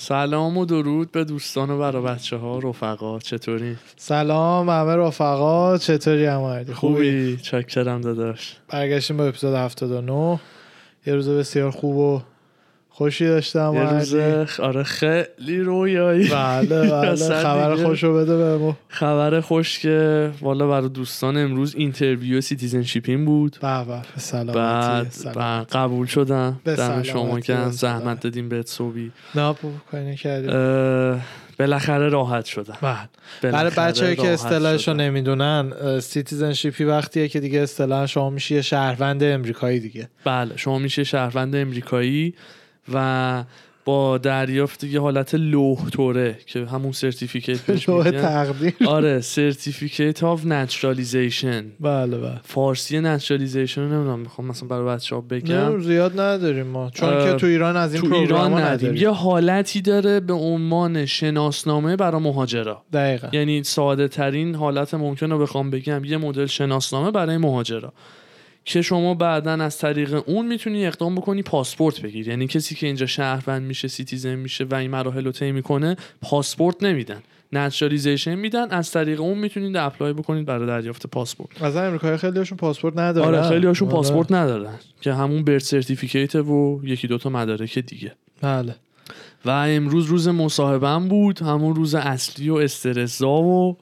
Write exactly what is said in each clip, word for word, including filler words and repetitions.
سلام و درود به دوستان و برا بچه ها رفقا، چطوری؟ سلام همه رفقا، چطوری عمردی؟ خوبی؟ چکرم داداش. برگشتیم به اپیزود هفتاد و نه. یه روز بسیار خوب و خوشی داشتم. یه روز آره خیلی رویایی. بله بله خبر خوش رو بده بهمون. خبر خوش که والا برای دوستان امروز اینترویو سیتیزنشیپین بود. به به سلامتی. بعد, بعد قبول شدم. دم شما که زحمت دادیم بهت صوبی. نه بابا کاری نکردیم. بالاخره راحت شدم. بله. برای بچه‌ای که اصطلاحشو نمیدونن، سیتیزنشیپی وقتیه که دیگه اصطلاح شما میشی یه شهروند امریکایی دیگه. بله شما میشی شهروند امریکایی و با دریافت یه حالت لوح توره که همون سرتیفیکیت بهش میگن. تقدیر. آره سرتیفیکیت آف نچرالیزیشن. بله بله. فارسی نچرالیزیشن رو نمیدونم، میخوام مثلا برای بچه‌ها بگم. نه زیاد نداریم ما، چون که تو ایران از این پروگرام نداریم. یه حالتی داره به عنوان شناسنامه برای مهاجرا. دقیقاً. یعنی ساده ترین حالت ممکنه بخوام بگم یه مدل شناسنامه برای مهاجرا که شما بعداً از طریق اون میتونی اقدام بکنی پاسپورت بگیری. یعنی کسی که اینجا شهروند میشه، سیتیزن میشه و این مراحل رو طی میکنه، پاسپورت نمیدن، نچرالیزیشن میدن. از طریق اون میتونید اپلای بکنید برای دریافت پاسپورت. مثلا امریکایی خیلی هاشون پاسپورت ندارن. آره خیلی هاشون پاسپورت ندارن که همون برت سرتیفیکیت و یکی دوتا مدارک دیگه. بله. و امروز روز مصاحبه‌ام بود، همون روز اصلی و استرس‌زا و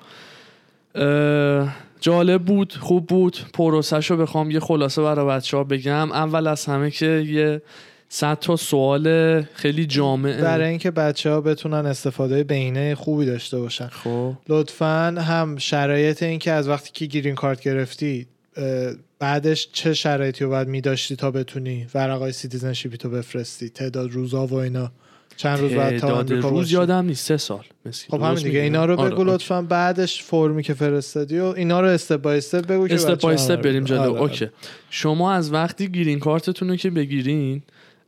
جالب بود، خوب بود. پروسه‌شو بخوام یه خلاصه برای بچه‌ها بگم، اول از همه که یه صد تا سوال خیلی جامع برای اینکه بچه‌ها بتونن استفاده بهینه خوبی داشته باشن. خب لطفاً هم شرایط این که از وقتی که گرین کارت گرفتی بعدش چه شرایطی رو باید می‌داشتی تا بتونی ورقای سیتیزنشیپی تو بفرستی، تعداد روزا و اینا، چند روز بعد تا امریکا روز یادم نیست، سه سال مثلا. خب همین دیگه اینا رو بگو لطفاً. بعدش فرمی که فرستادی و اینا رو استپ بای استپ بگو که استپ بای استپ بریم جلو. آره. اوکی. شما از وقتی گرین کارتتون رو که بگیرین،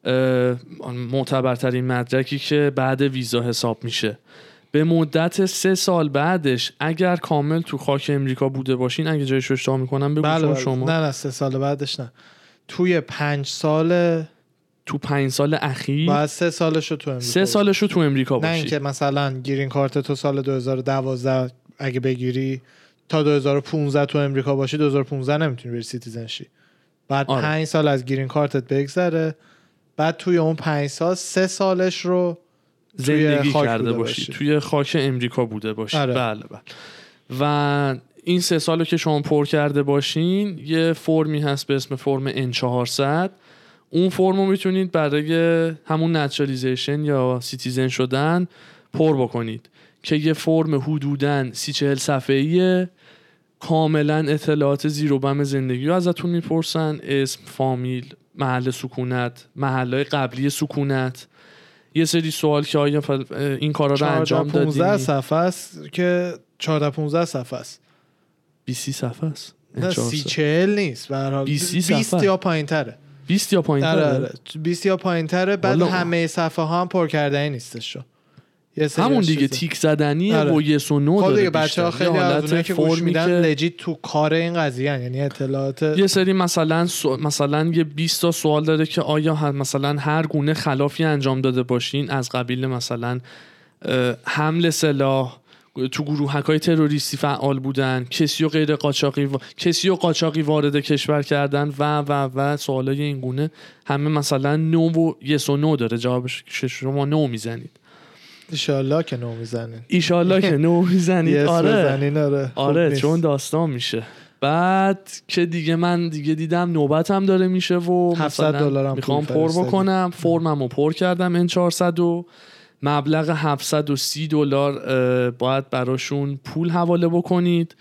معتبرترین مدرکی که بعد ویزا حساب میشه، به مدت سه سال بعدش اگر کامل تو خاک امریکا بوده باشین، اگه جایش رو اشتباه میکنم بگو. بله بله. شما نه نه سه سال بعدش نه، توی پنج سال تو پنج سال اخیر بعد سه سالشو تو امریکا سه سالشو تو امریکا باشی. نه اینکه مثلا گرین کارت تو سال دو هزار و دوازده اگه بگیری تا دو هزار و پانزده تو امریکا باشی، دو هزار و پانزده نمیتونی بری سیتیزن شی. بعد آره. پنج سال از گرین کارتت بگذره، بعد توی اون پنج سال سه سالش رو زندگی کرده باشی. باشی توی خاک امریکا بوده باشی. آره. بله بله. و این سه سالو که شما پر کرده باشین، یه فرمی هست به اسم فرم ان چهارصد. اون فرمو میتونید برای همون نچرالیزیشن یا سیتیزن شدن پر بکنید که یه فرم حدوداً سی چهل صفحه‌ایه. کاملا اطلاعات زیر و بم زندگی رو ازتون میپرسن، اسم، فامیل، محل سکونت، محلهای قبلی سکونت، یه سری سوال که آیا این کارا رو انجام دادی. پانزده صفحه است که چهارده پانزده صفحه است. بیست صفحه است. نه سی چهل نیست، به هر حال بیست یا پایین‌تره. بیست یا پایین‌تره. بیست یا پایین‌تره. بعد همه صفحه ها هم پر کردنی نیستش. همون دیگه تیک زدنیه و یس و نو داره. خب دیگه بچه‌ها خیلی از اونایی که گوش میدن لجیت تو کار این قضیه، یعنی اطلاعات یه سری مثلا سو... مثلا یه بیست تا سوال داره که آیا مثلا هر گونه خلافی انجام داده باشین، از قبیل مثلا حمل سلاح، تو گروهک‌های تروریستی فعال بودن، کسی و غیر قاچاقی و... کسی و قاچاقی وارد کشور کردن و و و سوالای این گونه، همه مثلا نو و یس و نو داره. جوابش شما نو میزنید. ایشالله که نو میزنین. ایشالله که نو میزنید. آره آره, آره چون داستان میشه. بعد که دیگه من دیگه دیدم نوبتم داره میشه و هفتصد دلارم میخوام پر بکنم. فرممو پر کردم ان چهارصد و مبلغ هفتصد و سی دلار باید براشون پول حواله بکنید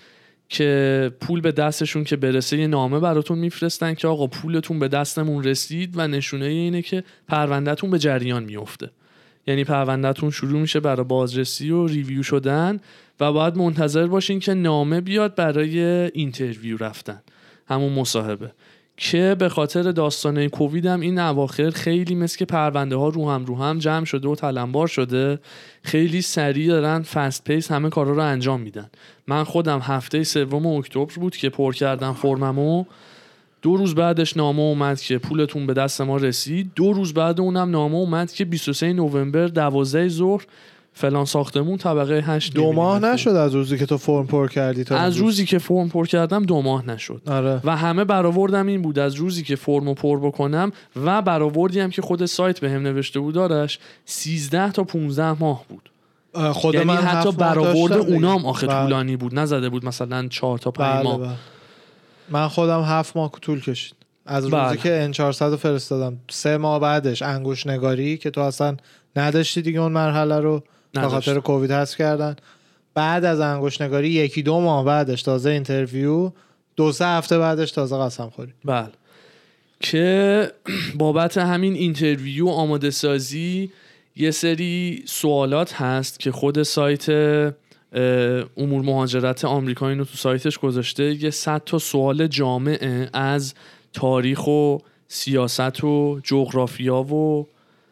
که پول به دستشون که برسه یه نامه براتون میفرستن که آقا پولتون به دستمون رسید و نشونه اینه که پروندهتون به جریان میفته. یعنی پروندهتون شروع میشه برای بازرسی و ریویو شدن و باید منتظر باشین که نامه بیاد برای اینترویو رفتن، همون مصاحبه. که به خاطر داستانه کووید هم این اواخر خیلی مثل که پرونده ها رو هم رو هم جمع شده و تلمبار شده، خیلی سریع دارن فست پیس همه کارا رو انجام میدن. من خودم هفته سوم اکتبر بود که پر کردم فرممو، دو روز بعدش نامه اومد که پولتون به دست ما رسید. دو روز بعد اونم نامه اومد که بیست و سوم نوامبر دوازده ظهر فلان ساختمون طبقه هشت. دو ماه نشد از روزی که تو فرم پر کردی تا از روزی که فرم پر کردم دو ماه نشد. آره. و همه برآوردم این بود از روزی که فرمو پر بکنم و برآوردی هم که خود سایت بهم نوشته بود دارش سیزده تا پانزده ماه بود. خود یعنی من حتی برآورد اونام آخه بله. طولانی بود، نزده بود مثلا چهار تا پنج بله ماه. بله. من خودم هفت ماه طول کشید از روزی بله. که ان چهارصد رو فرستادم. سه ماه بعدش انگوش نگاری که تو اصلا نداشتی دیگه اون مرحله رو به خاطر کووید حذف کردن. بعد از انگوش نگاری یکی دو ماه بعدش تازه اینترویو، دو سه هفته بعدش تازه قسم خوری. بله. که بابت همین اینترویو آماده سازی یه سری سوالات هست که خود سایت امور مهاجرت آمریکا اینو تو سایتش گذاشته. یه صد تا سوال جامعه از تاریخ و سیاست و جغرافیا و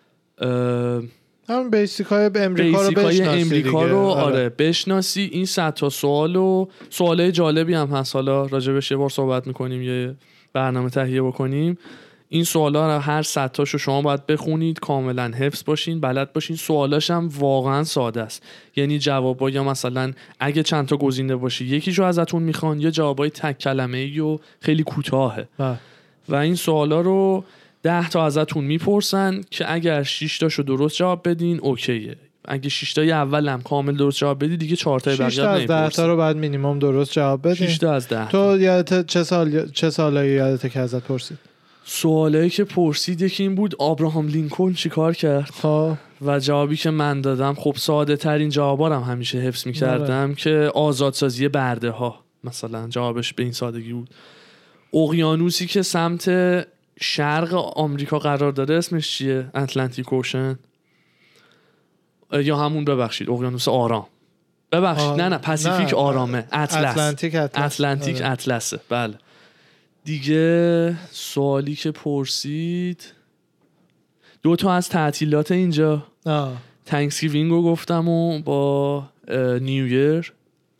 همون بیسیک های امریکا رو بشناسی امریکا دیگه. رو آره بشناسی. این صد تا سوال و سوالای جالبی هم هست، حالا راجبش یه بار صحبت میکنیم، یه برنامه تهیه بکنیم. این سوالا رو هر صد تاشو شما باید بخونید، کاملا حفظ باشین، بلد باشین. سوالاش هم واقعا ساده است، یعنی جوابا یا مثلا اگه چند تا گزینه باشه یکیشو ازتون میخوان، یا جوابای تک کلمه‌ای و خیلی کوتاهه. و این سوالا رو ده تا ازتون میپرسن که اگر شش تاشو درست جواب بدین اوکیه. اگه شش تای اول هم کامل درست جواب بدی دیگه چهار تای بقیه نمیپرسن. شش تا از ده تا رو بعد مینیمم درست جواب بدین. شش تا از ده. تو یادت چه سال چه سالایی یادت که ازت پرسید؟ سوالایی که پرسید یکی این بود آبراهام لینکلن چیکار کرد. ها. و جوابی که من دادم خب ساده ترین جوابا هم همیشه حفظ می‌کردم که آزادسازی برده ها مثلا جوابش به این سادگی بود. اقیانوسی که سمت شرق آمریکا قرار داره اسمش چیه؟ اتلانتیک اوشن یا همون ببخشید اقیانوس آرام ببخشید نه نه پاسیفیک آرامه. اطلس اتلانتیک اطلس. اتلانتیک اطلسه. بله دیگه سوالی که پرسید دو تا از تعطیلات اینجا تانکسگیوینگ رو گفتم و با نیویر.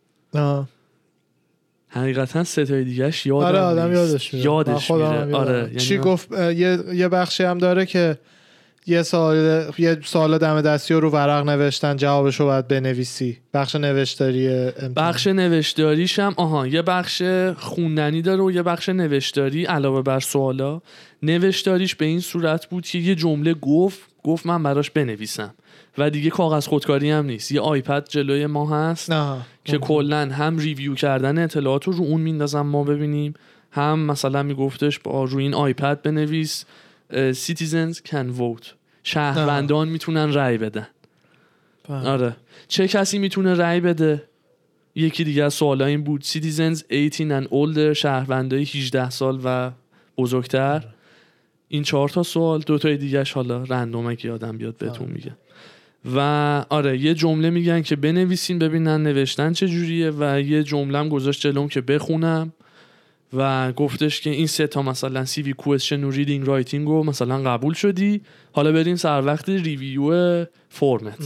حقیقتا سه تای دیگه‌اش یادم آره آدم یادش میره. یادش میره. آره چی گفت یه یه بخشی هم داره که یه سوال یه سوال دم دستی رو ورق نوشتن جوابشو باید بنویسی. بخش نوشتاری امتحان. بخش نوشتاریش هم آها یه بخش خوندنی داره و یه بخش نوشتاری علاوه بر سوالا. نوشتاریش به این صورت بود که یه جمله گفت گفت من براش بنویسم و دیگه کاغذ خودکاری هم نیست. یه آیپد جلوی ما هست آه. که کلا هم ریویو کردن اطلاعات رو رو اون میندازم ما ببینیم، هم مثلا میگفتش با روی این آیپد بنویس citizens can vote، شهروندان میتونن رأی بدن. آره چه کسی میتونه رأی بده؟ یکی دیگه از سوالا این بود citizens eighteen and older، شهروندای هجده سال و بزرگتر. این چهار تا سوال. دو تای دیگه‌اش حالا رندومه که یادم بیاد بهتون میگم. و آره یه جمله میگن که بنویسین ببینن نوشتن چه جوریه و یه جمله هم گذاشت جلوم که بخونم و گفتش که این سه تا مثلا سی وی کوئسچن و ریدینگ رایتینگ رو مثلا قبول شدی، حالا بریم سر وقت ریویو فرمت،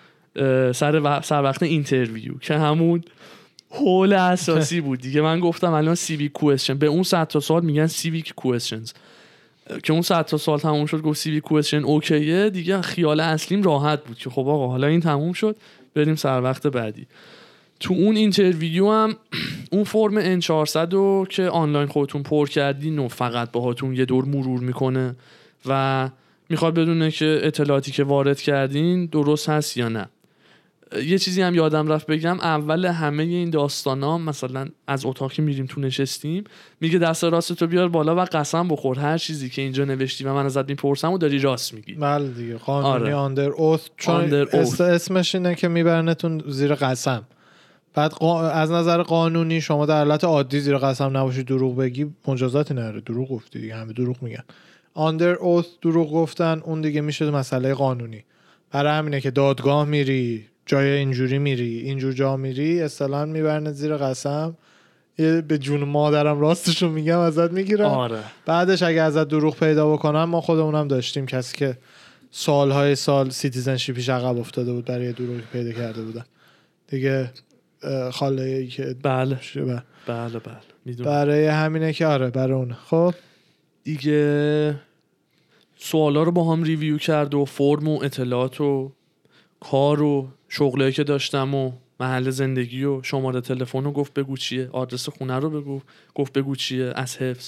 سر سر وقت اینترویو که همون هول اساسی بود دیگه. من گفتم الان سی وی کوئسچن به اون صد تا سوال میگن سی وی کوئسچنز، که اون صد تا سال تموم شد گفت سی وی کوئسچن اوکیه دیگه. خیال اصلیم راحت بود که خب آقا حالا این تموم شد بریم سر وقت بعدی. تو اون اینترویو هم اون فرم ان چهارصد رو که آنلاین خودتون پر کردین و فقط باهاتون یه دور مرور میکنه و میخواد بدونه که اطلاعاتی که وارد کردین درست هست یا نه. یه چیزی هم یادم رفت بگم، اول همه این داستانا مثلا از اتاقی میریم تو نشستیم میگه دست راستتو بیار بالا و قسم بخور هر چیزی که اینجا نوشتی و من ازت میپرسم و داری راست میگی. بله دیگه قانونی آندر اوث، چون است اسمش اینه که میبرنتون زیر قسم. بعد قا... از نظر قانونی شما در حالت عادی زیر قسم نباشی دروغ بگی مجازاتی نداره، دروغ گفتی دیگه، همه دروغ میگن. آندر اوث دروغ گفتن اون دیگه میشه مسئله قانونی. برای همینه که دادگاه میری جای اینجوری میری اینجور جا میری اصطلاحاً میبرنت زیر قسم، به جون مادرم راستشو میگم ازت میگیرم. آره. بعدش اگه ازت دروغ پیدا بکنم، ما خودمونم داشتیم کسی که سالهای سال سیتیزنشیپیش عقب افتاده بود برای دروغی پیدا کرده بودن دیگه، خاله که بله بله بله بله میدونم. برای همینه که آره برای اونه. خب دیگه سوالا رو با هم ریویو کرد و فرم و اطلاعات و کار و شغلایی که داشتم و محل زندگی و شماره تلفن رو گفت بگو چیه، آدرس خونه رو بگو گفت بگو چیه از حفظ.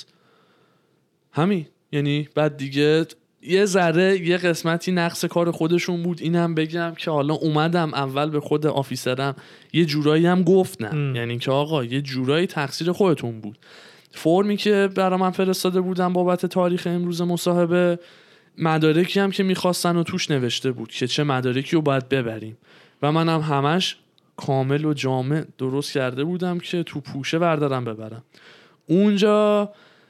همین. یعنی بعد دیگه یه ذره یه قسمتی نقص کار خودشون بود. اینم بگم که حالا اومدم اول به خود آفیسرم یه جورایی هم گفتم، یعنی که آقا یه جورایی تقصیر خودتون بود. فرمی که برای من فرستاده بودم بابت تاریخ امروز مصاحبه، مدارکی هم که میخواستن و توش نوشته بود که چه مدارکی رو باید ببریم و منم همش کامل و جامع درست کرده بودم که تو پوشه بردارم ببرم. اونجا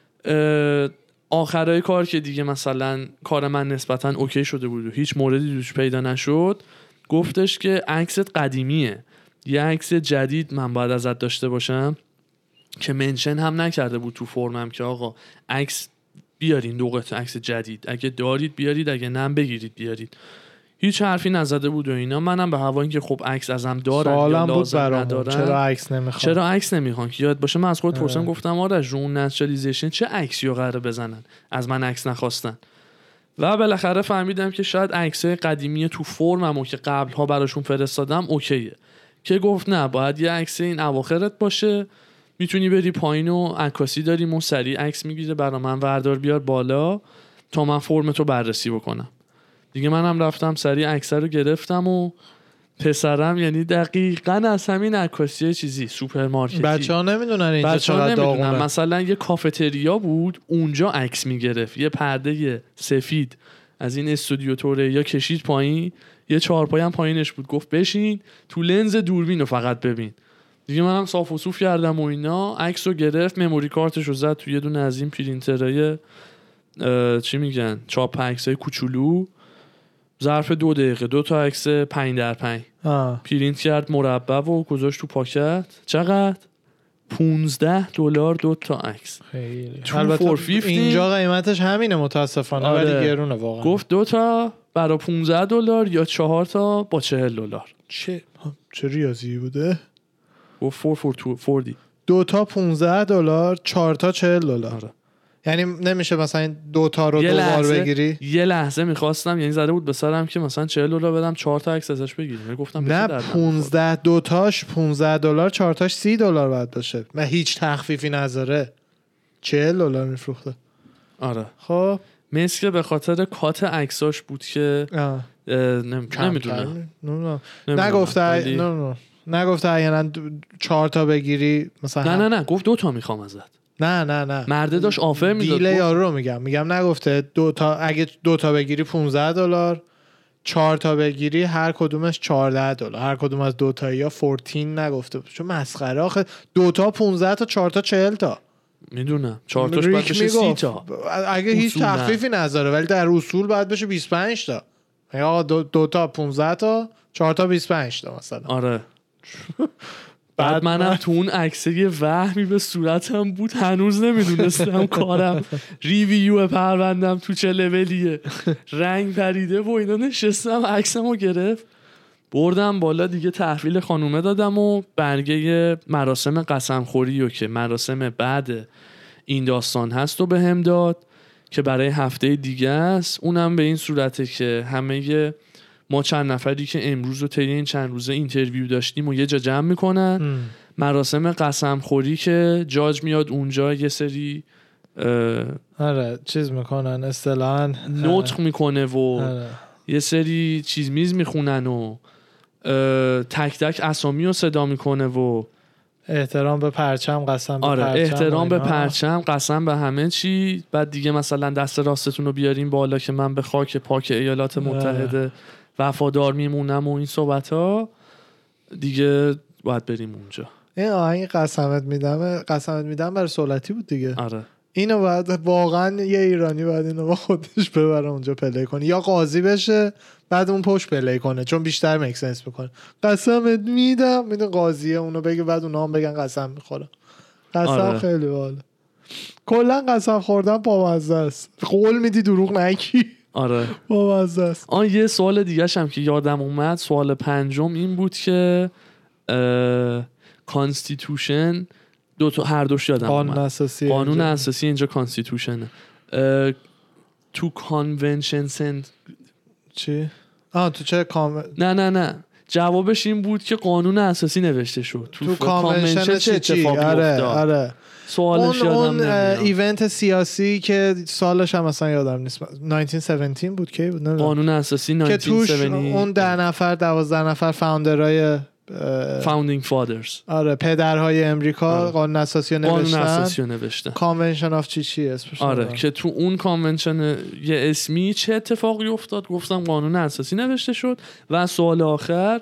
آخرای کار که دیگه مثلا کار من نسبتا اوکی شده بود و هیچ موردی توش پیدا نشد، گفتش که عکست قدیمیه، یه عکس جدید من باید ازت داشته باشم که منشن هم نکرده بود تو فرمم که آقا عکس بیارین دو قطعه عکس جدید، اگه دارید بیارید، اگه نه بگیرید بیارید. هیچ حرفی نزده بود و اینا. منم به هوا اینکه خب عکس ازم دارن یا لازم ندارن، چرا عکس نمیخوان چرا عکس نمیخوان که یاد باشه من از خود پرسیدم، گفتم آره رون نچرالیزیشن چه عکسی رو قراره بزنن، از من عکس نخواستن. و بالاخره فهمیدم که شاید عکسای قدیمی تو فرممو که قبلها براشون فرستادم اوکیه، که گفت نه باید یه عکس این اواخرت باشه، میتونی بری پایین و عکاسی داریم و سریع عکس میگیره برا من وردار بیار بالا تا من فرمتو بررسی بکنم. دیگه منم رفتم سریع عکس رو گرفتم و پسرم یعنی دقیقاً از همین عکاسی چیزی سوپرمارکتی، بچه‌ها نمیدونن اینجا چقدر داغونه. مثلا یه کافتریا بود اونجا عکس میگرفت، یه پرده سفید از این استودیو توره یا کشید پایین، یه چهارپایی هم پایینش بود، گفت بشین تو لنز دوربین رو فقط ببین. دیگه منم صاف و صوف کردم و اینا، عکس رو گرفت، مموری کارتش رو زد تو یه دونه از این پرینترای چی میگن چاپ عکسای کوچولو، ظرف دو دقیقه دو تا عکس پنج در پنج پرینت کرد مربع و گذاشت تو پاکت. چقدر؟ پونزده دلار دو تا عکس. خیلی. البته اینجا قیمتش همینه متاسفانه، ولی آره. گرونه واقعا. گفت دو تا برای پونزده دلار یا چهار تا با چهل دلار. چه چه ریاضی بوده؟ گفت فور فور تو فوردی. دو تا پونزده دلار، چهار تا چهل دلار. یعنی نمیشه مثلا دو تا رو دو بار بگیری؟ یه لحظه میخواستم، یعنی زده بود به سرم که مثلا چهل دلار بدم چهار تا عکس ازش بگیریم. گفتم نه پونزده دو تاش پونزده دلار، چهار تاش سی دلار باید باشه. من هیچ تخفیفی نذاره. چهل دلار میفروخته. آره. خب مثل به خاطر کات عکساش بود که نمیدونم. نگفته نه نه نگفته یعنی چهار تا بگیری مثلا. نه نه نه گفت دو تا میخوام ازت. نه نه نه مرده داشت آفر میداد. دیل یارو رو میگم میگم نگفته دو تا، اگه دو تا بگیری پونزده دلار، چهار تا بگیری هر کدومش چهارده دلار، هر کدوم از دو تایی ها چهارده نگفته. چه مسخره آخه، دو تا پونزده تا، چهار تا چهل تا. میدونم چهار تاش باید بشه سی تا اگه هیچ تخفیفی نذاره، ولی در اصول باید بشه بیست و پنج تا. یا دو, دو تا پونزده تا، چهار تا بیست و پنج تا مثلا. آره. بعد منم تو اون عکسه یه وهمی به صورتم بود، هنوز نمیدونستم کارم ریویو پروندم تو چه لولیه، رنگ پریده و اینا. نشستم عکسمو گرفت بردم بالا دیگه، تحویل خانومه دادم و برگه مراسم قسمخوری و که مراسم بعد این داستان هست و به هم داد که برای هفته دیگه است. اونم به این صورته که همه ما چند نفری که امروز و طی این چند روزه اینترویو داشتیم و یه جا جمع میکنن ام. مراسم قسم خوری که جاج میاد اونجا یه سری آره چیز میکنن، اصطلاحاً نطق میکنه و آره. یه سری چیز میز میخونن و تک تک اسامی رو صدا میکنه و احترام به پرچم، قسم به آره پرچم، احترام به پرچم، قسم به همه چی. بعد دیگه مثلا دست راستتون رو بیاریم بالا که من به خاک پاک ایالات متحده وفادار میمونم و این صحبت ها دیگه. باید بریم اونجا. این آهنگ قسمت میدم قسمت میدم برای سولتی بود دیگه. آره اینو باید واقعا یه ایرانی باید اینو با خودش ببره اونجا پلی کنه، یا قاضی بشه بعد اون پشت پلی کنه، چون بیشتر میک سنس میکنه. قسمت میدم میده قاضیه اونو بگه، بعد اونا هم بگن قسم میخوره. قسم آره. خیلی باحال. کلا قسم خوردن بامزه است. قول میدی دروغ نگی. آره بامزه است. آن یه سوال دیگه هم که یادم اومد، سوال پنجم این بود که کانستیتوشن دو تا هر دوش یادم قانون اساسی قانون اینجا. اساسی اینجا کانستیتوشنه. تو کانونشن سنت چی؟ آه تو چه کام نه نه نه جوابش این بود که قانون اساسی نوشته شد. تو, تو کانونشن چه اتفاقی آره افتاد؟ آره سوالش اون یادم اون نمیاد. ایونت سیاسی که سالش هم مثلا یادم نیست نایزده هفده بود که بود نمیدونم. قانون اساسی که توش نایزده هفتاد اون ده نفر دوازده نفر فاوندرای فاوندینگ فادرز آره پدرهای امریکا آره. قانون اساسی رو نوشتن. قانون اساسی رو نوشتن. کانونشن آف چی چی اسمش آره نمیدونم. که تو اون کانونشن یه اسمی چه اتفاقی افتاد؟ گفتم قانون اساسی نوشته شد. و سوال آخر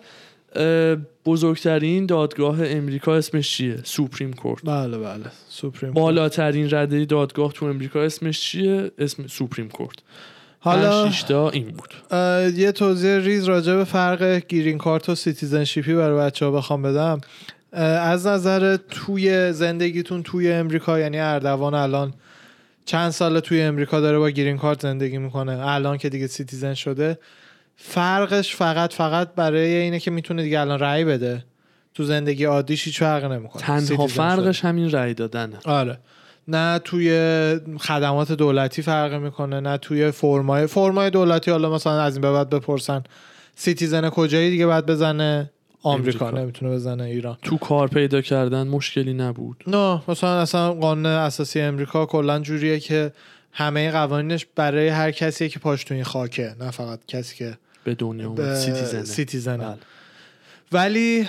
بزرگترین دادگاه امریکا اسمش چیه؟ سوپریم کورت. بله بله سوپریم بالاترین رده دادگاه تو امریکا اسمش چیه؟ اسم سوپریم کورت. حالا شیشتا این بود. یه توضیح ریز راجع به فرق گرین کارت و سیتیزنشیپی برای بچه‌ها بخوام بدم. از نظر توی زندگیتون توی امریکا، یعنی اردوان الان چند ساله توی امریکا داره با گرین کارت زندگی میکنه، الان که دیگه سیتیزن شده، فرقش فقط فقط برای اینه که میتونه دیگه الان رأی بده. تو زندگی عادیش هیچ فرقی نمیکنه. تنها فرقش شده. همین رأی دادنه. آره. نه توی خدمات دولتی فرق میکنه، نه توی فرمای فرمای دولتی. حالا مثلا از این به بعد بپرسن سیتیزن کجایی دیگه بعد بزنه آمریکا, امریکا. نمیتونه بزنه ایران. تو کار پیدا کردن مشکلی نبود. نه مثلا اصلا قانون اساسی امریکا کلا جوریه که همه قوانینش برای هر کسی که پاش تو این خاکه، نه فقط کسی که به دنیا اومد سیتیزنه. سیتیزنه. ولی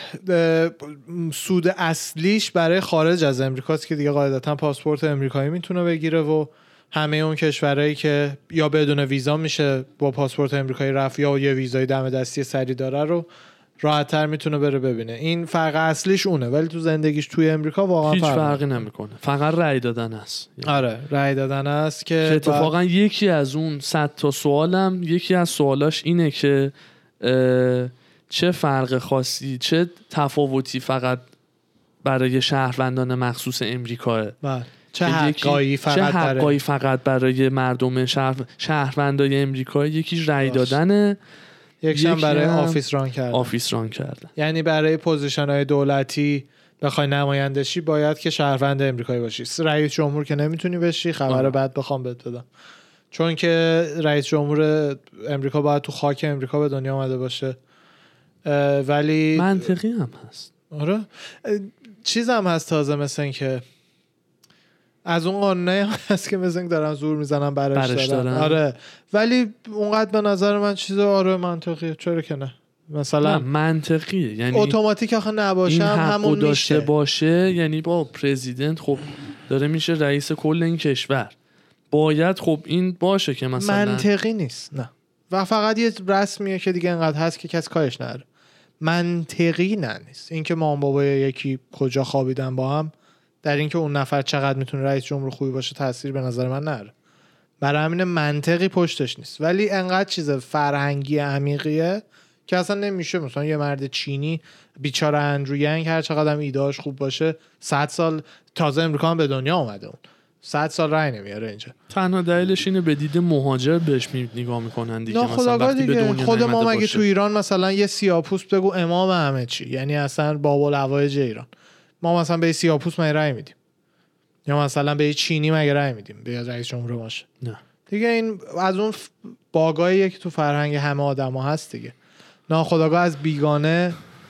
سود اصلیش برای خارج از امریکاست که دیگه قاعدتا پاسپورت امریکایی میتونه بگیره و همه اون کشورهایی که یا بدون ویزا میشه با پاسپورت امریکایی رفت یا یه ویزای دم دستی سری داره رو راحت‌تر میتونه بره ببینه. این فرق اصلیش اونه. ولی تو زندگیش توی امریکا واقعا هیچ فرق فرقی نمیکنه. فقط رأی دادن است. آره رأی دادن است که اتفاقا با... یکی از اون صد تا سوالم یکی از سوالاش اینه که چه فرق خاصی چه تفاوتی فقط برای شهروندان مخصوص امریکاه؟ بله. چه حقایی فقط, چه حقایی فقط برای مردم شهر... شهروندای امریکا؟ یکیش رأی دادنه، یکیش هم برای آفیس ران کردن. آفیس ران کردن. یعنی برای پوزیشن‌های دولتی بخوای نماینده شی باید که شهروند امریکایی باشی. رئیس جمهور که نمیتونی بشی. خبر بعد بخوام بهت بدم، چون که رئیس جمهور امریکا باید تو خاک امریکا به دنیا اومده باشه. ولی منطقی هم هست. آره چیز هم هست تازه، مثل این که از اون قانونه هست که مثل این دارن زور میزنن برش, برش دارن. دارن آره ولی اونقدر به نظر من چیز آره منطقیه. چرا که نه؟ مثلا منطقیه، یعنی اتوماتیک آخه نباشه هم همون داشته میشه. باشه. یعنی با پرزیدنت خب داره میشه رئیس کل این کشور، باید خب این باشه که مثلا منطقی نیست. نه و فقط یه رسمیه که دیگه انقدر هست که کس کارش نداره. منطقی نه نیست. این که مام بابای یکی کجا خوابیدن با هم در این که اون نفر چقدر میتونه رئیس جمهور خوبی باشه تاثیر به نظر من نداره. برای همین منطقی پشتش نیست. ولی انقدر چیز فرهنگی عمیقیه که اصلا نمیشه مثلا یه مرد چینی بیچاره اندرو ینگ هر چقدر هم ایده‌اش خوب باشه صد سال تازه امریکا هم به دنیا اومده، اون صد سال رای نمیاره اینجا. تنها دلیلش اینه به دید مهاجر بهش نگاه میکنن دیگه. مثلا وقتی به دنیا خود ما مگه تو ایران مثلا یه سیاه‌پوست بگو امام همه چی، یعنی اصلا باب الهوایج ایران، ما مثلا به سیاه‌پوست مگه رای میدیم؟ یا مثلا به چینی مگه رای میدیم به رئیس جمهور باشه؟ نه دیگه. این از اون باگاییه که تو فرهنگ همه آدما هست دیگه. ناخودآگاه از بیگانه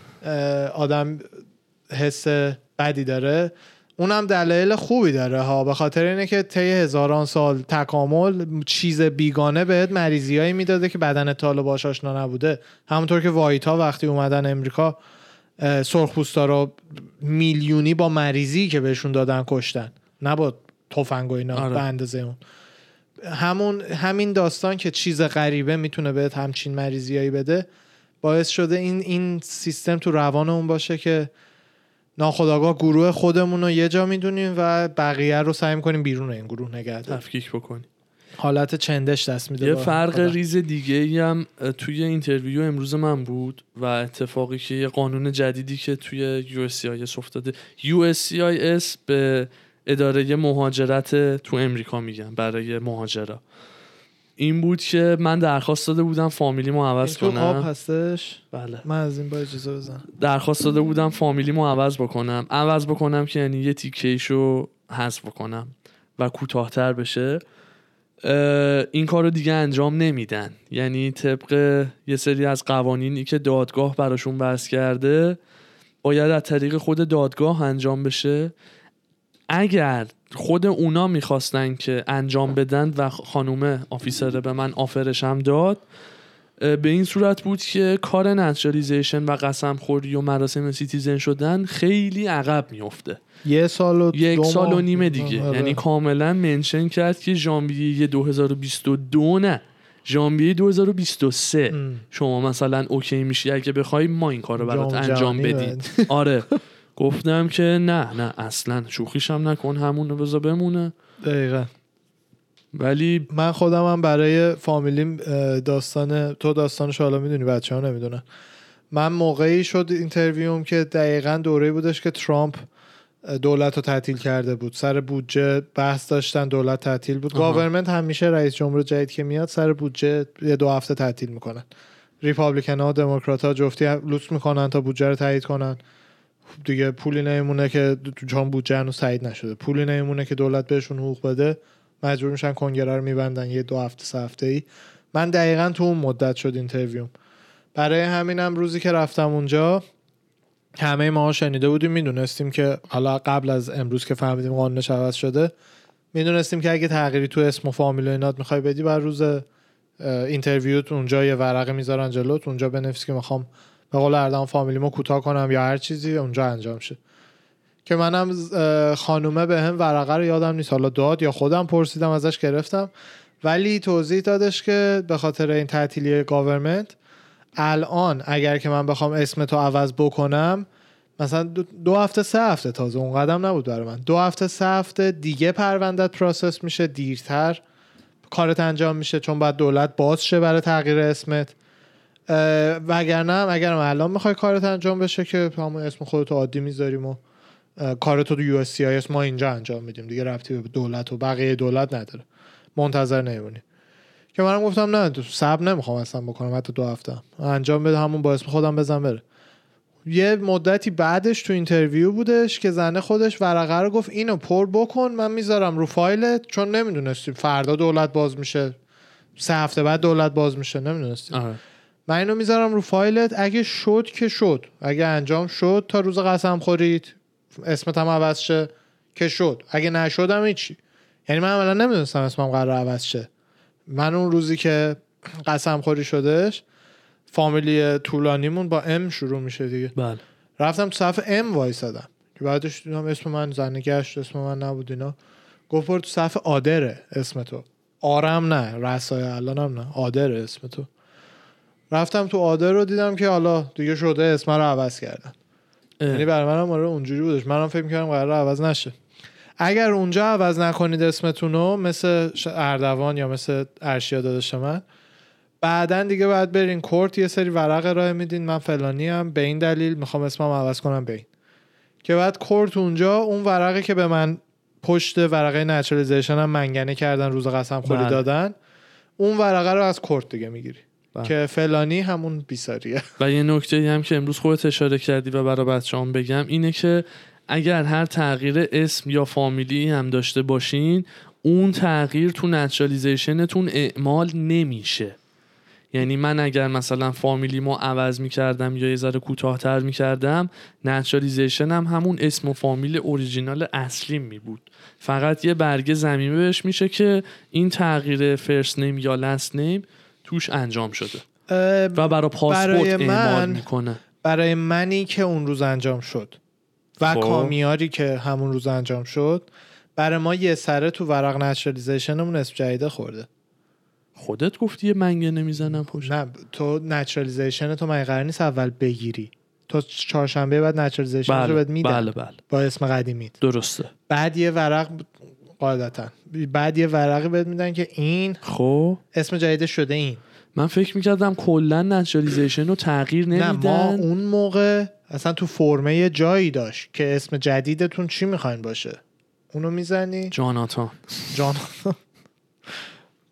آدم حس بدی داره. اونم دلایل خوبی داره ها، به خاطر اینه که طی هزاران سال تکامل چیز بیگانه بهت مریضیایی میداده که بدنت تا حالا باهاش آشنا نبوده. همونطور که وایتا وقتی اومدن امریکا سرخپوستا رو میلیونی با مریضی که بهشون دادن کشتن، نه با تفنگ و اینا. آره. به اندازه اون همون همین داستان که چیز غریبه میتونه بهت همچین مریضیایی بده باعث شده این این سیستم تو روان اون باشه که ناخودآگاه گروه خودمون رو یه جا میدونیم و بقیه رو سعی میکنیم بیرون این گروه نگه داریم، تفکیک بکنیم. حالت چندش دست میده. یه فرق خدا. ریز دیگه ای هم توی اینترویو امروز من بود و اتفاقی که یه قانون جدیدی که توی یو اس سی آی اس افتاده. یو اس سی آی اس به اداره مهاجرت تو امریکا میگن برای مهاجرا. این بود که من درخواست داده بودم فامیلیمو عوض این کنم. تو آب هستش؟ بله. من از این با اجازه بزنم. درخواست داده بودم فامیلیمو عوض بکنم. عوض بکنم که یعنی یه تیکه‌ایشو حذف بکنم و کوتاه‌تر بشه. این کارو دیگه انجام نمیدن. یعنی طبق یه سری از قوانینی که دادگاه براشون بحث کرده باید از طریق خود دادگاه انجام بشه. اگر خود اونا میخواستن که انجام بدن و خانومه آفیسره به من آفرش هم داد، به این صورت بود که کار نچرالیزیشن و قسم خوری و مراسم سیتیزن شدن خیلی عقب میفته. یه سال و یک دو سال ماه. و نیمه دیگه. یعنی کاملا منشن کرد که ژانویه دو هزار و بیست و دو نه ژانویه دو هزار و بیست و سه ام. شما مثلا اوکی میشی اگه بخوای ما این کارو برات انجام بدیم. آره گفتم که نه نه اصلا شوخیش هم نکن، همون بذار بمونه. دقیقاً. ولی من خودم هم برای فامیلیم داستان تو داستانش حالا میدونی، بچه ها نمیدونن. من موقعی شد اینترویوم که دقیقاً دوره‌ای بودش که ترامپ دولت رو تعطیل کرده بود، سر بودجه بحث داشتن، دولت تعطیل بود. گاورمنت همیشه رئیس جمهور جدید که میاد سر بودجه یه دو هفته تعطیل میکنن. ریپابلیکن ها و دموکرات ها جفتی لوس میکنن تا بودجه رو تایید کنن. دیگه پولی نمیمونه که چون بودجه هنوز تایید نشده، پولی نمیمونه که دولت بهشون حقوق بده، مجبور میشن کنگره رو میبندن یه دو هفته سه هفته ای. من دقیقاً تو اون مدت شد اینترویوم. برای همینم روزی که رفتم اونجا همه ما شنیده بودیم، میدونستیم که حالا قبل از امروز که فهمیدیم قانونش عوض شده، میدونستیم که اگه تغییری تو اسم و فامیل و اینات میخوای بدی بر روز اینترویوت اونجا یه ورقه میذارن جلوت، اونجا بنویس که میخوام به قول اردام فامیلیمو کوتاه کنم یا هر چیزی، اونجا انجام شه. که منم خانومه به هم ورقه رو یادم نیست حالا داد یا خودم پرسیدم ازش گرفتم، ولی توضیح دادش که به خاطر این تعطیلی گاورمنت الان اگر که من بخوام اسمتو عوض بکنم مثلا دو هفته سه هفته، تازه اون قدم نبود برای من، دو هفته سه هفته دیگه پروندت پروسس میشه، دیرتر کارت انجام میشه چون باید دولت باز شه برای تغییر اسمت. وگرنه اگر من الان میخوای کارت انجام بشه که همون اسم خودتو عادی میذاریم و کارتو تو یو اس سی آی اس ما اینجا انجام میدیم، دیگه ربطی به دولت و بقیه دولت نداره، منتظر نمیمونی. که منم گفتم نه صبر نمیخوام اصلا بکنم، حتی دو هفته انجام بده، همون با اسم خودم بزن بره. یه مدتی بعدش تو اینترویو بودش که زنه خودش ورقه رو گفت اینو پر بکن من میذارم رو فایلت، چون نمیدونستیم فردا دولت باز میشه، سه هفته بعد دولت باز میشه، نمیدونستیم. آه. من اینو میذارم رو فایلت، اگه شد که شد، اگه انجام شد تا روز قسم خورید اسمت هم عوض شه که شد، اگه نشدم هیچی. یعنی من اولا نمیدونستم اسمم قرار عوض شه. من اون روزی که قسم خوری شدش فامیلی طولانیمون با ام شروع میشه دیگه. بله. رفتم تو صفحه ام وایسادم که بعدش دیدم اسم من زنه گشت، اسم من نبود اینا. گفت برو تو صفحه آدره اسم تو. آرم نه، رسای الانم نه، آدره اسم تو. رفتم تو آدر رو دیدم که حالا دیگه شده اسم رو عوض کردن. یعنی برای منم آره اونجوری بودش، منم فکر می‌کردم قراره عوض نشه. اگر اونجا عوض نکنید اسمتونو مثل اردوان یا مثل ارشیا داداش من، بعدن دیگه باید برین کورت یه سری ورقه ارائه میدین، من فلانی ام به این دلیل میخوام اسمم عوض کنم به این، که بعد کورت اونجا اون ورقه که به من پشت ورقه نچرالیزیشن هم منگنه کردن روز قسم خوری بله. دادن، اون ورقه رو از کورت دیگه میگیری بله. که فلانی همون بیساریه. و یه نکته هم که امروز خودت اشاره کردی و برای بچه‌ام بگم اینه که اگر هر تغییر اسم یا فامیلی هم داشته باشین اون تغییر تو نچرالیزیشنتون اعمال نمیشه. یعنی من اگر مثلا فامیلیمو عوض میکردم یا یه ذره کوتاه‌تر میکردم، نچرالیزیشن هم همون اسم و فامیل اوریجینال اصلیم می بود، فقط یه برگه ضمیمه بهش میشه که این تغییر فرست نیم یا لاست نیم توش انجام شده و برای پاسپورت اعمال میکنه. برای منی که اون روز انجام شد و خب. کامیاری که همون روز انجام شد، برای ما یه سره تو ورق نچرالیزیشنمون اسم جدیده خورده. خودت گفتی یه منگنه میزنم پشت. نه تو نچرالیزیشن تو من قرار نیست اول بگیری، تو چهارشنبه بعد نچرالیزیشن بله، رو بهت میدن بله بله. با اسم قدیمیت. درسته. بعد یه ورق قاعدتا بعد یه ورقی بهت میدن که این خب اسم جدید شده. این من فکر میکردم کلا نچرالیزیشن رو تغییر نمیدن. نه ما اون موقع اصلا تو فرمه یه جایی داشت که اسم جدیدتون چی میخواین باشه، اونو میزنی. جاناتان جاناتان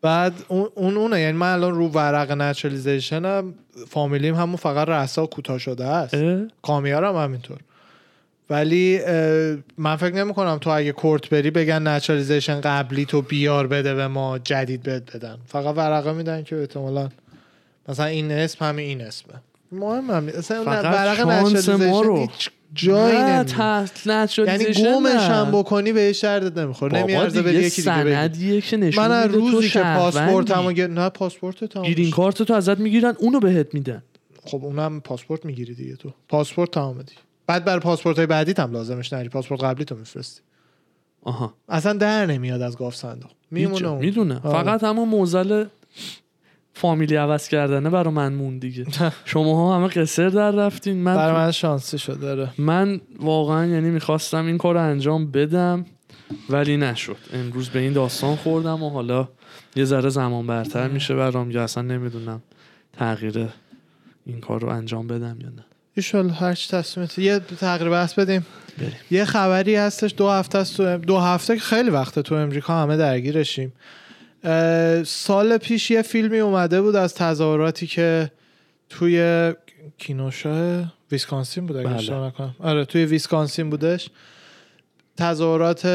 بعد اون اونه، یعنی من الان رو ورق نچرالیزیشنم فامیلیم همون فقط رأسا کوتاه شده است، کامیارم همینطور. ولی من فکر نمی کنم تو اگه کورت بری بگن نچرالیزیشن قبلی تو بیار بده به ما جدید بد بدن، فقط ورقه میدن که احتمالاً مثلا این اسم همین این اسمه. مهم هم اصلا ورق نچرالیزیشن جایی نمیده، یعنی گمش هم بکنی بهش دردت نمیخوره، نمیارزه بری یکی دیگه بگی که نشون من روزی که پاسپورتمو گر... نه پاسپورت تمام گرین کارت تو ازت میگیرن اونو بهت میدن. خب اونم پاسپورت میگیری دیگه، تو پاسپورت تمام دی، بعد برای پاسپورتای بعدیت هم لازمش نری، پاسپورت قبلی تو میفرستی. آها اصلا در نمیاد از گاف صندوق، میمونه اون میدونه. فقط همون موزل فامیلی عوض کردنه برای من مون دیگه. شماها همه قصر در رفتین، من برای من شانسی شد داره. من واقعا یعنی میخواستم این کار رو انجام بدم ولی نشد. امروز به این داستان خوردم و حالا یه ذره زمان برتر میشه برام، یا اصلا نمیدونم تغییر این کار رو انجام بدم یا نه. ایشالله هر چی تصمیمت. یه تغییر بحث بدیم بریم. یه خبری هستش، دو هفته است تو دو هفته که خیلی وقته تو امریکا همه درگیرشیم. سال پیش یه فیلمی اومده بود از تظاهراتی که توی کینوشا ویسکانسین بود اگه اشتباه نکنم، آره توی ویسکانسین بودش، تظاهرات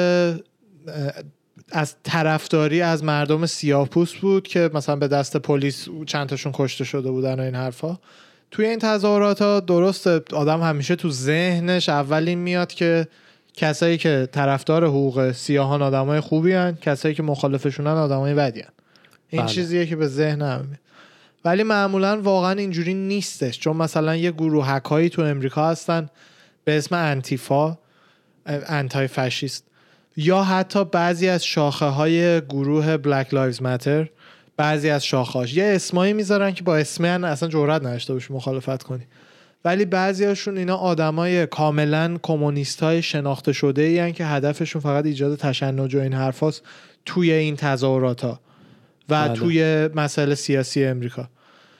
از طرفداری از مردم سیاه‌پوست بود که مثلا به دست پلیس چند تاشون کشته شده بودن و این حرفا. توی این تظاهرات ها درست آدم همیشه تو ذهنش اولین میاد که کسایی که طرفدار حقوق سیاهان آدمای خوبی هن، کسایی که مخالفشونن آدمای بدی هن. این بله. چیزیه که به ذهن همه میاد، ولی معمولا واقعا اینجوری نیستش. چون مثلا یه گروهک هایی تو امریکا هستن به اسم انتیفا، انتای فاشیست، یا حتی بعضی از شاخه های گروه بلک لایوز ماتر، بعضی از شاخه‌هاش یه اسمایی میذارن که با اسمن اصلا جرئت نداشته باشی مخالفت کنی، ولی بعضی هاشون اینا آدمای کاملا کمونیستای شناخته شده ای که هدفشون فقط ایجاد تشنج و این حرفاست توی این تظاهرات ها و بله. توی مسائل سیاسی امریکا.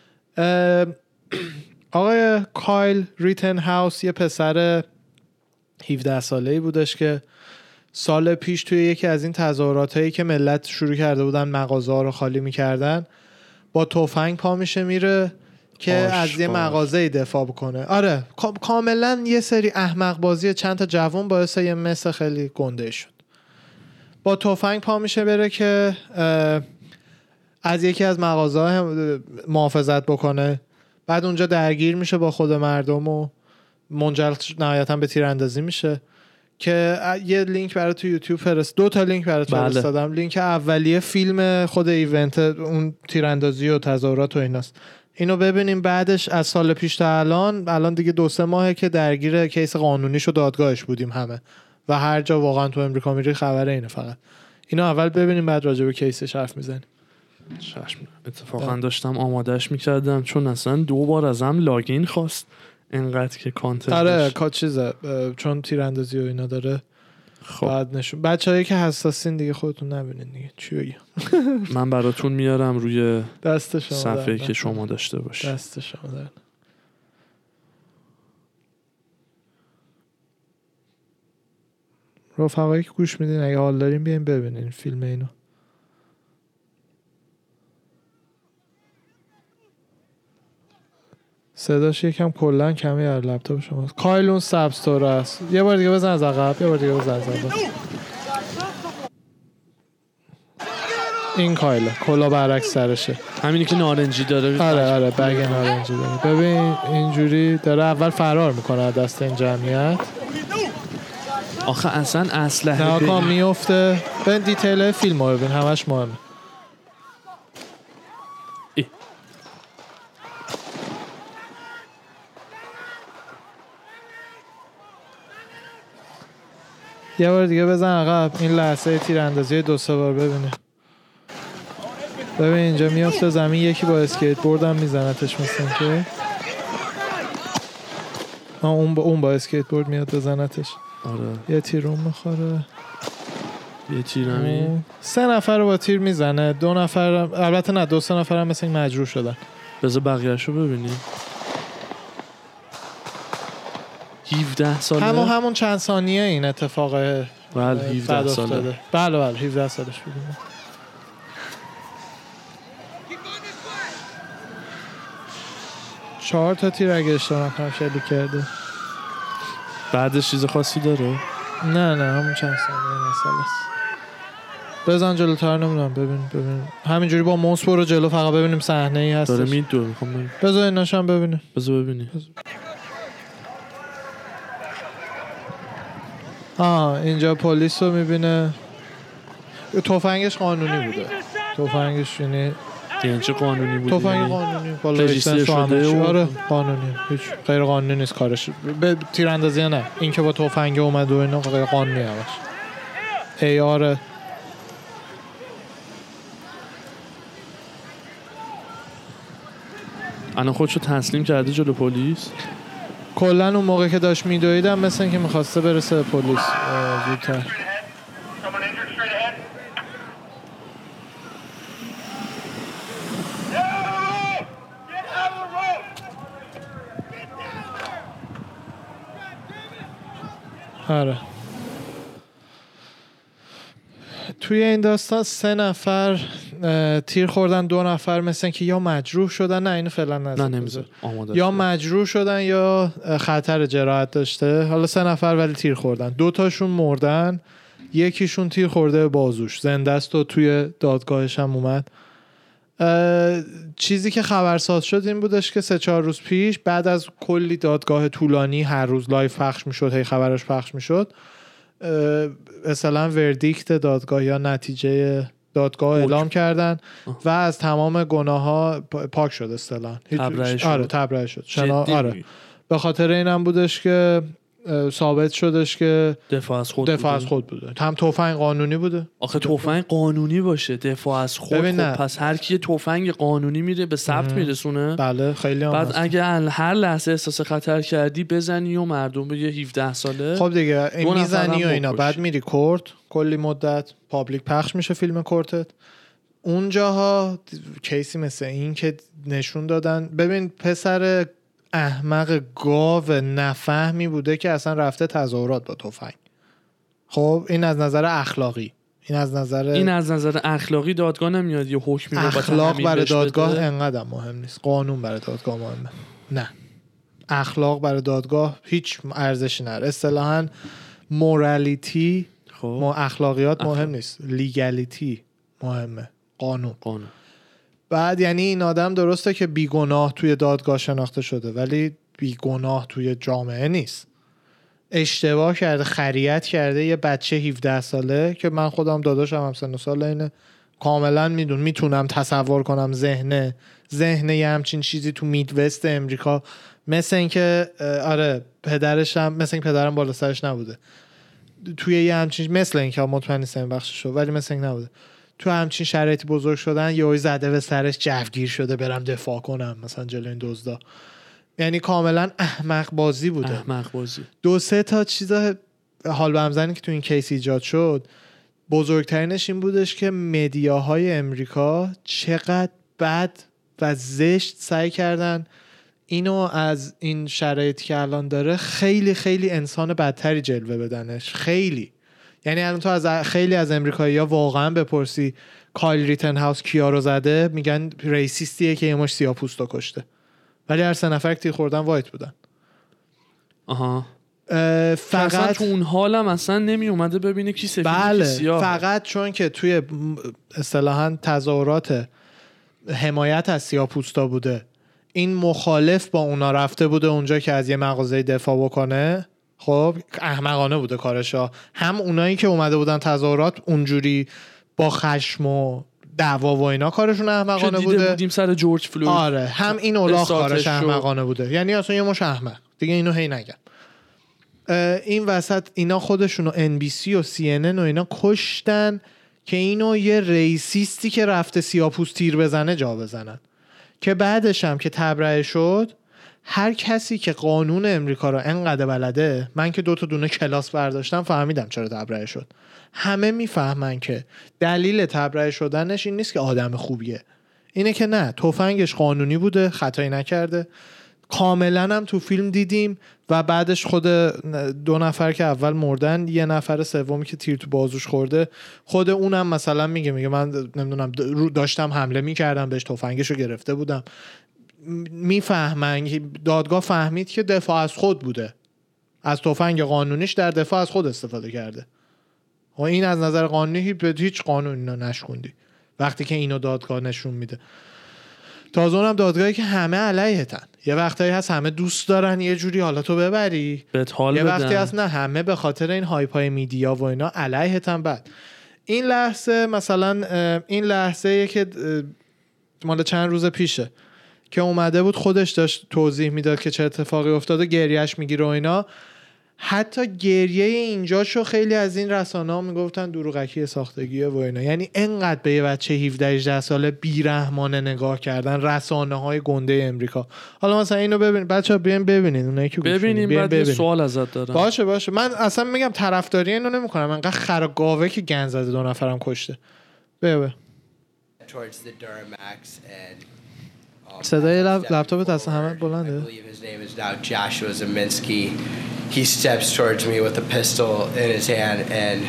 آقای کایل ریتنهاوس یه پسر هفده ساله‌ای بودش که سال پیش توی یکی از این تظاهراتایی که ملت شروع کرده بودن مغازه‌ها رو خالی می‌کردن با تفنگ پا میشه میره که از یه مغازه‌ای دفاع بکنه. آره کاملا یه سری احمق بازی چند تا جوان باعث یه مس خیلی گنده شد. با تفنگ پا میشه بره که از یکی از مغازه‌ها محافظت بکنه، بعد اونجا درگیر میشه با خود مردم و منجر نهایتاً به تیراندازی میشه که یه لینک برای تو یوتیوب فرست، دو تا لینک برای تو فرستادم. لینک اولیه فیلم خود ایونت اون تیراندازی و تظاهرات و ایناست، اینو ببینیم. بعدش از سال پیش تا الان الان دیگه دو سه ماهه که درگیر کیس قانونیش و دادگاهش بودیم همه، و هر جا واقعا تو امریکا میری خبره اینه. فقط اینو اول ببینیم بعد راجع به کیسش حرف میزنیم. چشم. اتفاقا داشتم آمادهش میکردم چون اصلا دو بار ازم لاگین خواست اینقدر که کانتنت. آره کا چیزه چون تیراندازی و اینا داره. خب بعد نشون بچه‌ای که حساسین دیگه خودتون نبینین دیگه چی بگم. من براتون میارم روی دست شما صفحه‌ای که شما داشته باشید. دست شما در رفقایی که گوش میدین اگه حال دارین بیاین ببینین فیلم اینو. صداش یکم کلن کمی از لپتاپ شماست. کایل اون سبز توره است. یه بار دیگه بزن از عقب، یه بار دیگه بزن از عقب. این کایله، کلا برعکس سرشه، همینی که نارنجی داره. آره آره برگ نارنجی داره. ببین اینجوری داره اول فرار میکنه از دست این جمعیت. آخه اصلا اسلحه ناکام میفته. ببین دیتیل فیلم رو ببین، همش مهمه. یه بار دیگه بزن عقب. این لحظه تیراندازی دو سه بار ببینه. ببین اینجا میافته زمین، یکی با اسکیت بورد هم میزنتش مثل این که آه اون با اون با اسکیت بورد میاد بزنتش. آره یه تیرون میخوره، یه تیرمی سه نفر رو با تیر میزنه، دو نفر هم... البته نه دو سه نفر هم مثل این مجروح شدن. بذار بقیه‌شو ببینیم. هفده ساله همون همون چند ثانیه این اتفاق بله هفده ساله. بله بله هفده سالش بودیم. چهار تا تیر اگه اشتباه نکنم شلیک کرده. بعدش چیز خاصی داره؟ نه نه همون چند ثانیه مسئله است. بزن جلوتر نمیدونم ببین ببین همینجوری با موس برو جلو فقط ببینیم صحنه ای هستش. داره میدوه میخوام ببینم. بذار ایناش هم ببینیم. بذار ببینیم. آه اینجا پلیس رو میبینه. تفنگش قانونی بوده. تفنگش یعنی یعنی چه قانونی بوده؟ تفنگ قانونی بالا رجیستر شده و آره قانونی هیچ غیر قانونی نیست کارش. به تیراندازی نه این که با تفنگ اومد و اینا غیر قانونی همش. ای آره الان خودشو تسلیم کرده جلو پلیس. کلا اون موقع که داشت میدویدم مثل اینکه میخواسته برسه به پلیس زودتر. آره توی این داستان سه نفر تیر خوردن، دو نفر مثل اینکه یا مجروح شدن، نه اینو فعلا نه نمیذار یا مجروح شدن یا خطر جراحت داشته. حالا سه نفر ولی تیر خوردن، دو تاشون مردن، یکیشون تیر خورده به بازوش زنده است و توی دادگاهش هم اومد. چیزی که خبرساز شد این بودش که سه چهار روز پیش بعد از کلی دادگاه طولانی هر روز لایو پخش میشد، هی خبرش پخش میشد، مثلا وردیکت دادگاه یا نتیجه دادگاه اعلام کردن و از تمام گناه ها پاک شد اصطلاحاً. آره تبرئه شد. شنا... آره به خاطر اینم بودش که ثابت شدش که دفاع از خود دفاع بوده. از خود بوده. هم تفنگ قانونی بوده. آخه تفنگ قانونی باشه دفاع از خود خب پس هر کی تفنگ قانونی میره به ثبت میرسونه. بله خیلی هم بعد اگه هر لحظه احساس خطر کردی بزنی و مردم بگه هفده ساله خب دیگه این میزنی و اینا بعد میری کورت کلی مدت پابلیک پخش میشه فیلم کورتت. اونجاها کیسی مثل این که نشون دادن ببین پسر احمق گاو نفهمی بوده که اصلا رفته تظاهرات با تفنگ. خب این از نظر اخلاقی این از نظر این از نظر اخلاقی دادگاه نمیاد یه حکمی رو اخلاق برای دادگاه انقدر مهم نیست. قانون برای دادگاه مهمه. نه اخلاق برای دادگاه هیچ ارزشی نداره. اصطلاحاً مورالیتی خب ما اخلاقیات مهم اخلاق. نیست لیگالیتی مهمه. قانون قانون بعد یعنی این آدم درسته که بیگناه توی دادگاه شناخته شده ولی بیگناه توی جامعه نیست. اشتباه کرده، خریت کرده. یه بچه هفده ساله که من خودم داداشم هم سن و سال اینه کاملا میدون میتونم تصور کنم ذهن ذهن یه همچین چیزی تو میدوست امریکا مثل اینکه آره پدرش هم مثل اینکه پدرم بالا سرش نبوده توی یه همچین مثل اینکه مطمئن نیستم بخشش شد ولی مثل اینکه نبوده تو همچین شرایطی بزرگ شدن یهو زده به سرش جوگیر شده برم دفاع کنم مثلا جلوی این دزدا. یعنی کاملا احمق بازی بوده. احمق بازی. دو سه تا چیزا حال به هم زنی که تو این کیس ایجاد شد بزرگترینش این بودش که مدیاهای امریکا چقدر بد و زشت سعی کردن اینو از این شرایطی که الان داره خیلی خیلی انسان بدتری جلوه بدنش. خیلی یعنی الان تو از خیلی از امریکایی‌ها واقعا بپرسی کایل ریتنهاوس کیا رو زده میگن ریسیستیه که یه مش سیاه‌پوستو کشته ولی هر سه نفر که تیر خوردن وایت بودن. آها فقط تو اون حالم اصلا نمی اومده ببینه کی سفید بله کی سیاه. فقط چون که توی اصطلاحاً تظاهرات حمایت از سیاه‌پوستا بوده این مخالف با اونا رفته بوده اونجا که از یه مغازه دفاع بکنه. خب احمقانه بوده کارشا. هم اونایی که اومده بودن تظاهرات اونجوری با خشم و دعوا و اینا کارشون احمقانه بوده. دیده بودیم سر جورج فلوید. آره هم این اولاغ کارش احمقانه بوده. یعنی اصلا یه مش احمق دیگه اینو هی نگم. این وسط اینا خودشونو ان بی سی و سی ان ان و اینا کشتن که اینو یه ریسیستی که رفته سیاه‌پوست تیر بزنه جا بزنن که بعدش هم که تبرئه شد هر کسی که قانون امریکا رو انقدر بلده من که دو تا دونه کلاس برداشتم فهمیدم چرا تبرئه شد. همه میفهمن که دلیل تبرئه شدنش این نیست که آدم خوبیه اینه که نه تفنگش قانونی بوده خطایی نکرده. کاملا هم تو فیلم دیدیم و بعدش خود دو نفر که اول مردن یه نفر سومی که تیر تو بازوش خورده خود اونم مثلا میگه میگه من نمیدونم داشتم حمله میکردم بهش تفنگشو گرفته بودم. میفهمن، دادگاه فهمید که دفاع از خود بوده، از تفنگ قانونیش در دفاع از خود استفاده کرده. و این از نظر قانونی به هیچ قانون اینا نشکوندی وقتی که اینو دادگاه نشون میده. تازه اونم دادگاهی که همه علیه‌تن. یه وقتایی هست همه دوست دارن یه جوری حالا تو ببری، یه وقتی هست نه همه به خاطر این هایپای میدیا و اینا علیه‌تن. بعد این لحظه مثلا این لحظه که مال چند روز پیشه که اومده بود خودش داشت توضیح میداد که چه اتفاقی افتاده، گریهش میگیره و اینا. حتی گریه اینجاشو خیلی از این رسانه‌ها میگفتن دروغکی ساختگیه و اینا. یعنی انقدر به یه بچه هفده هجده ساله بیرحمانه نگاه کردن رسانه‌های گنده امریکا. حالا مثلا اینو ببینید بچه‌ها، بیاین ببینید اونایی که ببینیم بعد یه سوال ازت دارم. باشه باشه من اصلا میگم طرفداری اینو نمی‌کنم، انقدر خرگاوه که گند زده دو نفرم کشته. ببین صدای لپتاپت اصلا همه بلنده. His name is now Joshua Zeminski. He steps towards me with a pistol in his hand, and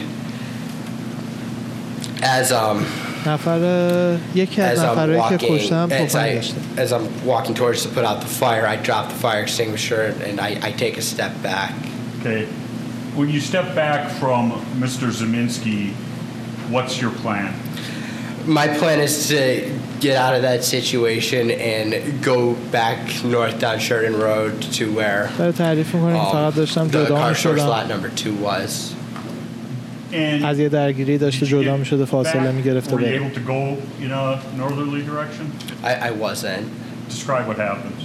as um نفر یکی از نفرایی که کشتم تفنگ داشته. As I'm walking towards to put out the fire, I drop the fire extinguisher and I, I take a step back. Okay. When you step back from Mister Zeminski, what's your plan? My plan is to get out of that situation and go back north down Sheridan Road to where um, the car store slot number two was. از یه درگیری داشته جدا می‌شده فاصله می‌گرفته. Were you able to go in a northerly direction? I, I wasn't. Describe what happens.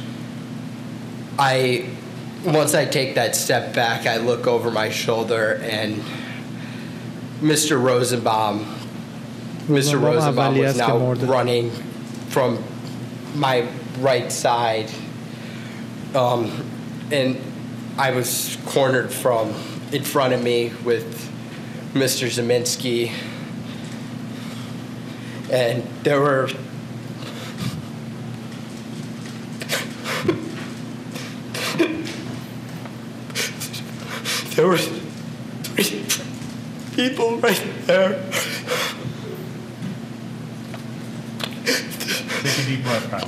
I once I take that step back, I look over my shoulder and Mister Rosenbaum Mister Rosenbaum was now running from my right side, um, and I was cornered from in front of me with Mister Zeminski, and there were there were three people right there. Take a deep breath, Kyle.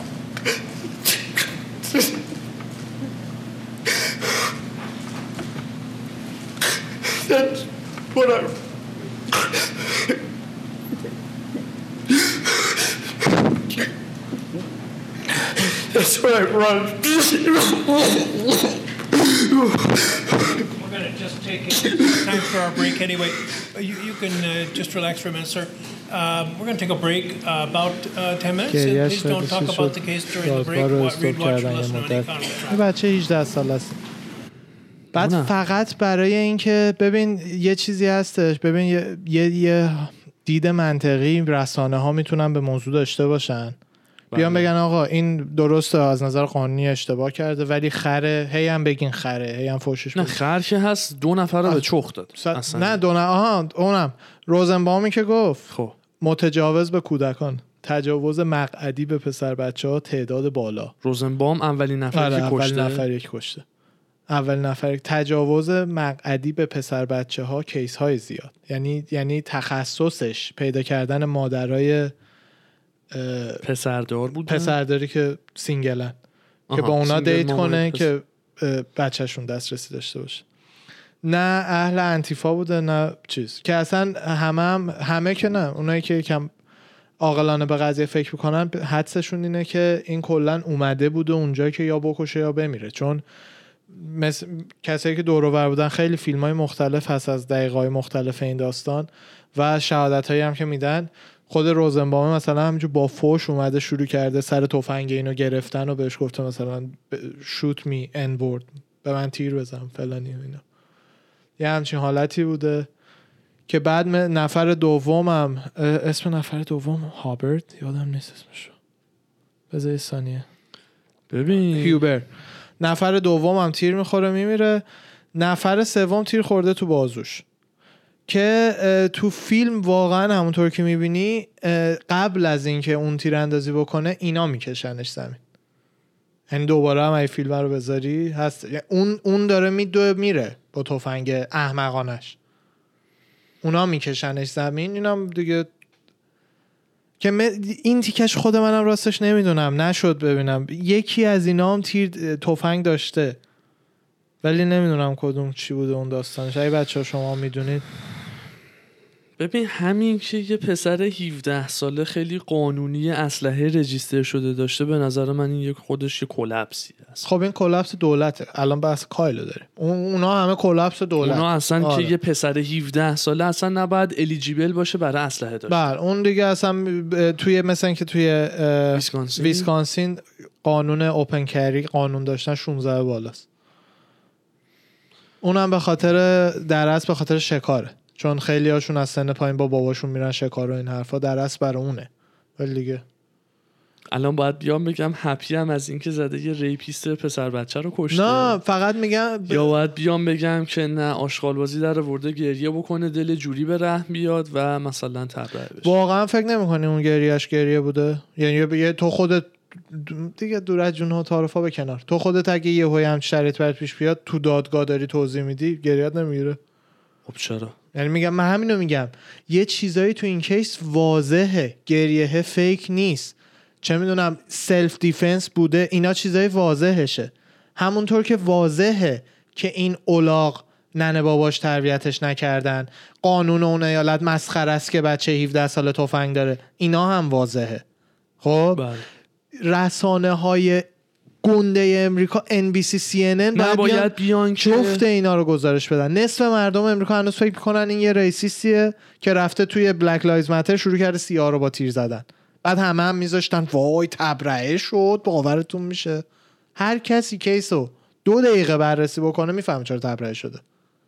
That's what I... That's what I run. We're going to just take it. Time for our break anyway. You, you can uh, just relax for a minute, sir. Um, we're going to take a break uh, about uh, ten minutes. And please don't talk about the case during the break. Read, watch, or listen to any conference. بچه هجده ساله است. بعد فقط برای اینکه ببین یه چیزی هستش، ببین یه یه, یه دید منطقی رسانه ها میتونن به موضوع داشته باشن، بیان بگن آقا این درسته از نظر قانونی اشتباه کرده ولی خره، هی هم بگین خره، هی هم فوشش نه خر که هست دو نفر رو به چخ داد اصلا. نه دو نفر آها اونم روزنبامی که گفت خب متجاوز به کودکان، تجاوز مقعدی به پسر بچه ها تعداد بالا. روزنبام اولین نفر که کشته، اول نفر یک کشته، اول نفر تجاوز مقعدی به پسر بچه ها، کیس های زیاد. یعنی یعنی تخصصش پیدا کردن مادرای پسردار بود، پسرداری که سینگلن که با اونا دیت کنه که بچهشون دسترسی داشته باشه. نه اهل انتیفا بوده نه چیز که اصلا همه هم همه که نه، اونایی که کم عاقلانه به قضیه فکر میکنن حدسشون اینه که این کلن اومده بوده اونجا که یا بکشه یا بمیره. چون مثل کسایی که دور و بر بودن خیلی فیلم‌های مختلف هست از دقایق مختلف این داستان و شهادتایی هم که میدن. خود روزنبام مثلا همینجور با فوش اومده شروع کرده سر تفنگ اینو گرفتن و بهش گفته مثلا شوت می ان بورد، به من تیر بزن فلانی و اینا. یه همچین حالتی بوده که بعد نفر دومم اسم نفر دوم هابرت یادم نیست اسمشو، بذار یه ثانیه ببین هیوبر. نفر دومم تیر میخوره میمیره. نفر سوم تیر خورده تو بازوش که تو فیلم واقعا همونطور که میبینی قبل از اینکه اون تیر اندازی بکنه اینا میکشنش زمین. یعنی دوباره هم این فیلم رو بذاری هست اون اون داره میدوه میره با تفنگ احمقانش، اونا میکشنش زمین، اینا دیگه که این تیکش خود منم راستش نمیدونم، نشد ببینم. یکی از اینا هم تیر تفنگ داشته ولی نمیدونم کدوم چی بوده اون داستانش. اگه بچه ها شما میدونید. ببین همین که یه پسر هفده ساله خیلی قانونی اسلحه رجیستر شده داشته، به نظر من این یک خودش یه کلپسی است. خب این کلپس دولته. الان بحث کایلو داره. اون اونا همه کلپس دولت. اونا اصلا آره. که یه پسر هفده ساله اصلا نباید الیجیبل باشه برای اسلحه داشته. بله اون دیگه اصلا توی مثلا که توی ویسکانسین, ویسکانسین قانون اوپن کری قانون داشتن شانزده بالاست. اونم به خاطر در اصل به خاطر شکاره، چون خیلی هاشون از سن پایین با باباشون میرن شکار و این حرفا، در اصل برای اونه. ولی دیگه الان باید بیام بگم هپی هم از اینکه زده یه ریپیست پسر بچه رو کشته؟ نه فقط میگم ب... یا باید بیام بگم که نه آشغالبازی در ورده گریه بکنه دل جوری به رحم بیاد و مثلا تبرئه بشه؟ واقعا فکر نمی‌کنی اون گریهش گریه بوده؟ یعنی بگه تو خودت دیگه دور از جون ها تعارفا به کنار، تو خودت اگه یه هوی هم شرایط برات پیش بیاد تو دادگاه داری توضیح میدی گریهت نمیگیره؟ خب چرا؟ یعنی میگم من همینو میگم، یه چیزایی تو این کیس واضحه، گریه فیک نیست، چه میدونم سلف دیفنس بوده، اینا چیزای واضحشه. همونطور که واضحه که این الاغ ننه باباش تربیتش نکردن، قانون اون ایالت مسخره است که بچه هفده ساله تفنگ داره، اینا هم واضحه. خب بله. رسانه های گنده امریکا ان بی سی سی ان ان باید بیان که جفت اینا رو گزارش بدن. نصف مردم امریکا هنوز فکر میکنن این یه ریسیستیه که رفته توی بلک لایوز ماتر شروع کرده سیاه رو با تیر زدن، بعد همه هم میذاشتن وای تبرئه شد. باورتون میشه هر کسی کیسو دو دقیقه بررسی بکنه میفهمه چرا تبرئه شده،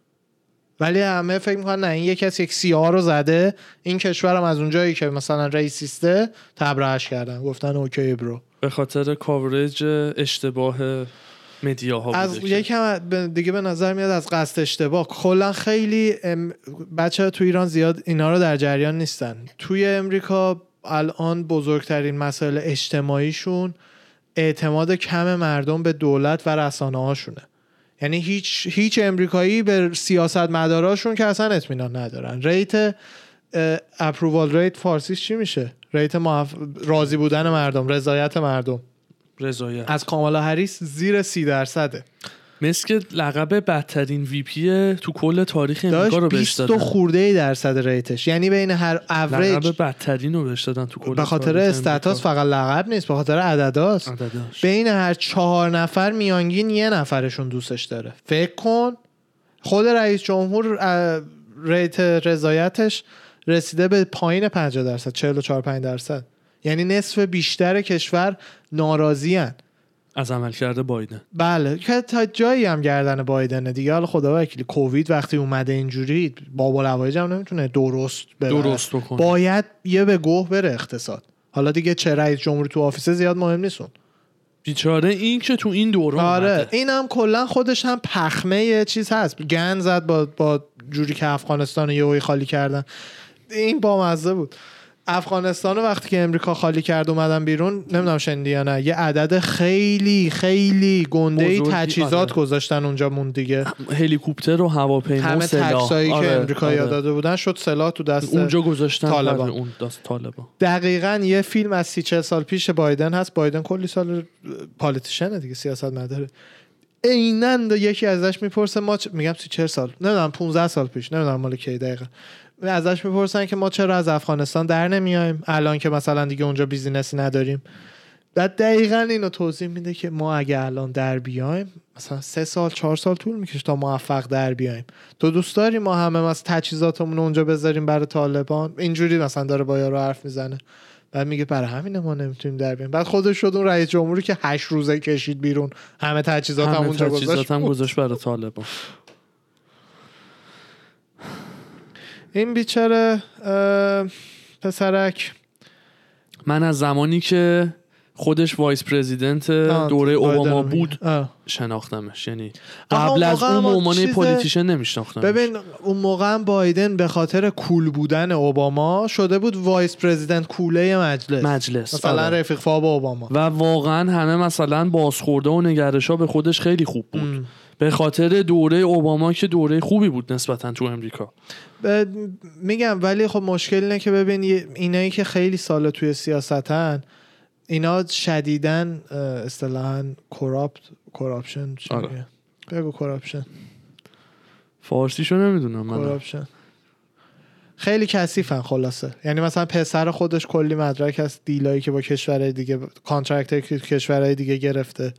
ولی همه فکر میکنن نه این یه کسی یک سیاه رو زده، این کشورم از اونجایی که مثلا ریسیسته تبرئهش کردن، گفتن اوکی برو. به خاطر کاورج اشتباه مدیاها از یکم دیگه به نظر میاد از قصد اشتباه. کلا خیلی بچه تو ایران زیاد اینا رو در جریان نیستن. توی امریکا الان بزرگترین مسائل اجتماعیشون اعتماد کم مردم به دولت و رسانه هاشونه. یعنی هیچ هیچ امریکایی به سیاستمداراشون که اصلا اطمینان ندارن. ریت اپرووال ریت فارسیش چی میشه؟ ریت محف... راضی بودن مردم، رضایت مردم رضایت از کامالا هریس زیر سی درصده. مثل که لقب بدترین وی پی تو کل تاریخ امریکا رو بهش دادن. بیست خورده درصد ریتش، یعنی بین هر اوریج لقب بدترین رو بهش دادن تو کل. به خاطر استاتاس فقط لقب نیست، به خاطر عدداست. عدداش. بین هر چهار نفر میانگین یه نفرشون دوستش داره. فکر کن خود رئیس جمهور ریت رضایتش رسیده به پایین پنجاه درصد، چهل و چهار پنج درصد. یعنی نصف بیشتر کشور ناراضی‌ان از عملکرد بایدن. بله که تا جایی هم گردن بایدنه دیگه. حالا خدا وکیلی کووید وقتی اومده اینجوری بابا لوایج هم نمیتونه درست بره. درست بکنه. باید یه به گوه بره اقتصاد. حالا دیگه چه رئیس جمهوری تو آفیسه زیاد مهم نیستون. بیچاره این که تو این دوران آره اومده. اینم کلا خودش هم پخمه یه چیز هست. گند زد با با جوری که افغانستان یهویی خالی کردن. این بامزه بود. افغانستان وقتی که امریکا خالی کرد اومدن بیرون، نمیدونم شنیدی یا نه، یه عدد خیلی خیلی گنده‌ای تجهیزات آره. گذاشتن اونجا موند دیگه. هلیکوپتر و هواپیما و سلاح، همه تکسایی آره. که امریکا آره. داده بودن شد سلاح تو دست اونجا گذاشتن طالبان. اون دست طالبان. دقیقاً یه فیلم از سی چهل سال پیش بایدن هست. بایدن کلی سال پالیتیشنه دیگه، سیاست مداره. عیناً یکی ازش میپرسه ما چ... میگم سی چهل سال، نمیدونم پانزده سال پیش، نمیدونم مال کی دقیقاً، ازش میپرسن که ما چرا از افغانستان در نمیایم الان که مثلا دیگه اونجا بیزینسی نداریم. بعد دقیقاً اینو توضیح میده که ما اگه الان در بیایم مثلا سه سال چهار سال طول میکشه تا موفق در بیایم. تو دوست داری ما همه از تجهیزاتمون اونجا بذاریم برای طالبان؟ اینجوری مثلا داره با یارو حرف میزنه. بعد میگه برای همین ما نمیتونیم در بیایم. بعد خودش شد اون رئیس جمهوری که هشت روزه کشید بیرون، همه تجهیزات هم اونجا گذاشت. تجهیزات هم گذاشت برای طالبان. این بیچاره پسرک، من از زمانی که خودش وایس پرزیدنت دوره اوباما بود آه. شناختمش. یعنی قبل از اون مومانه پولیتیشن نمیشناختمش. ببین اون موقع بایدن به خاطر کول بودن اوباما شده بود وایس پرزیدنت کوله مجلس مجلس مثلا آره. رفیق فاب اوباما. و واقعا همه مثلا بازخورده و نگرشا به خودش خیلی خوب بود ام. به خاطر دوره اوباما که دوره خوبی بود نسبتا تو امریکا. میگم ولی خب مشکل اینه که ببین اینایی که خیلی سال توی سیاستن اینا شدیداً اصطلاحاً کراپت کراپشن آره. بگو کراپشن فارسیشو نمیدونم من. کراپشن خیلی کثیفن خلاصه. یعنی مثلا پسر خودش کلی مدرک از دیلایی که با کشورهای دیگه کانترکت که کشورهای دیگه گرفته.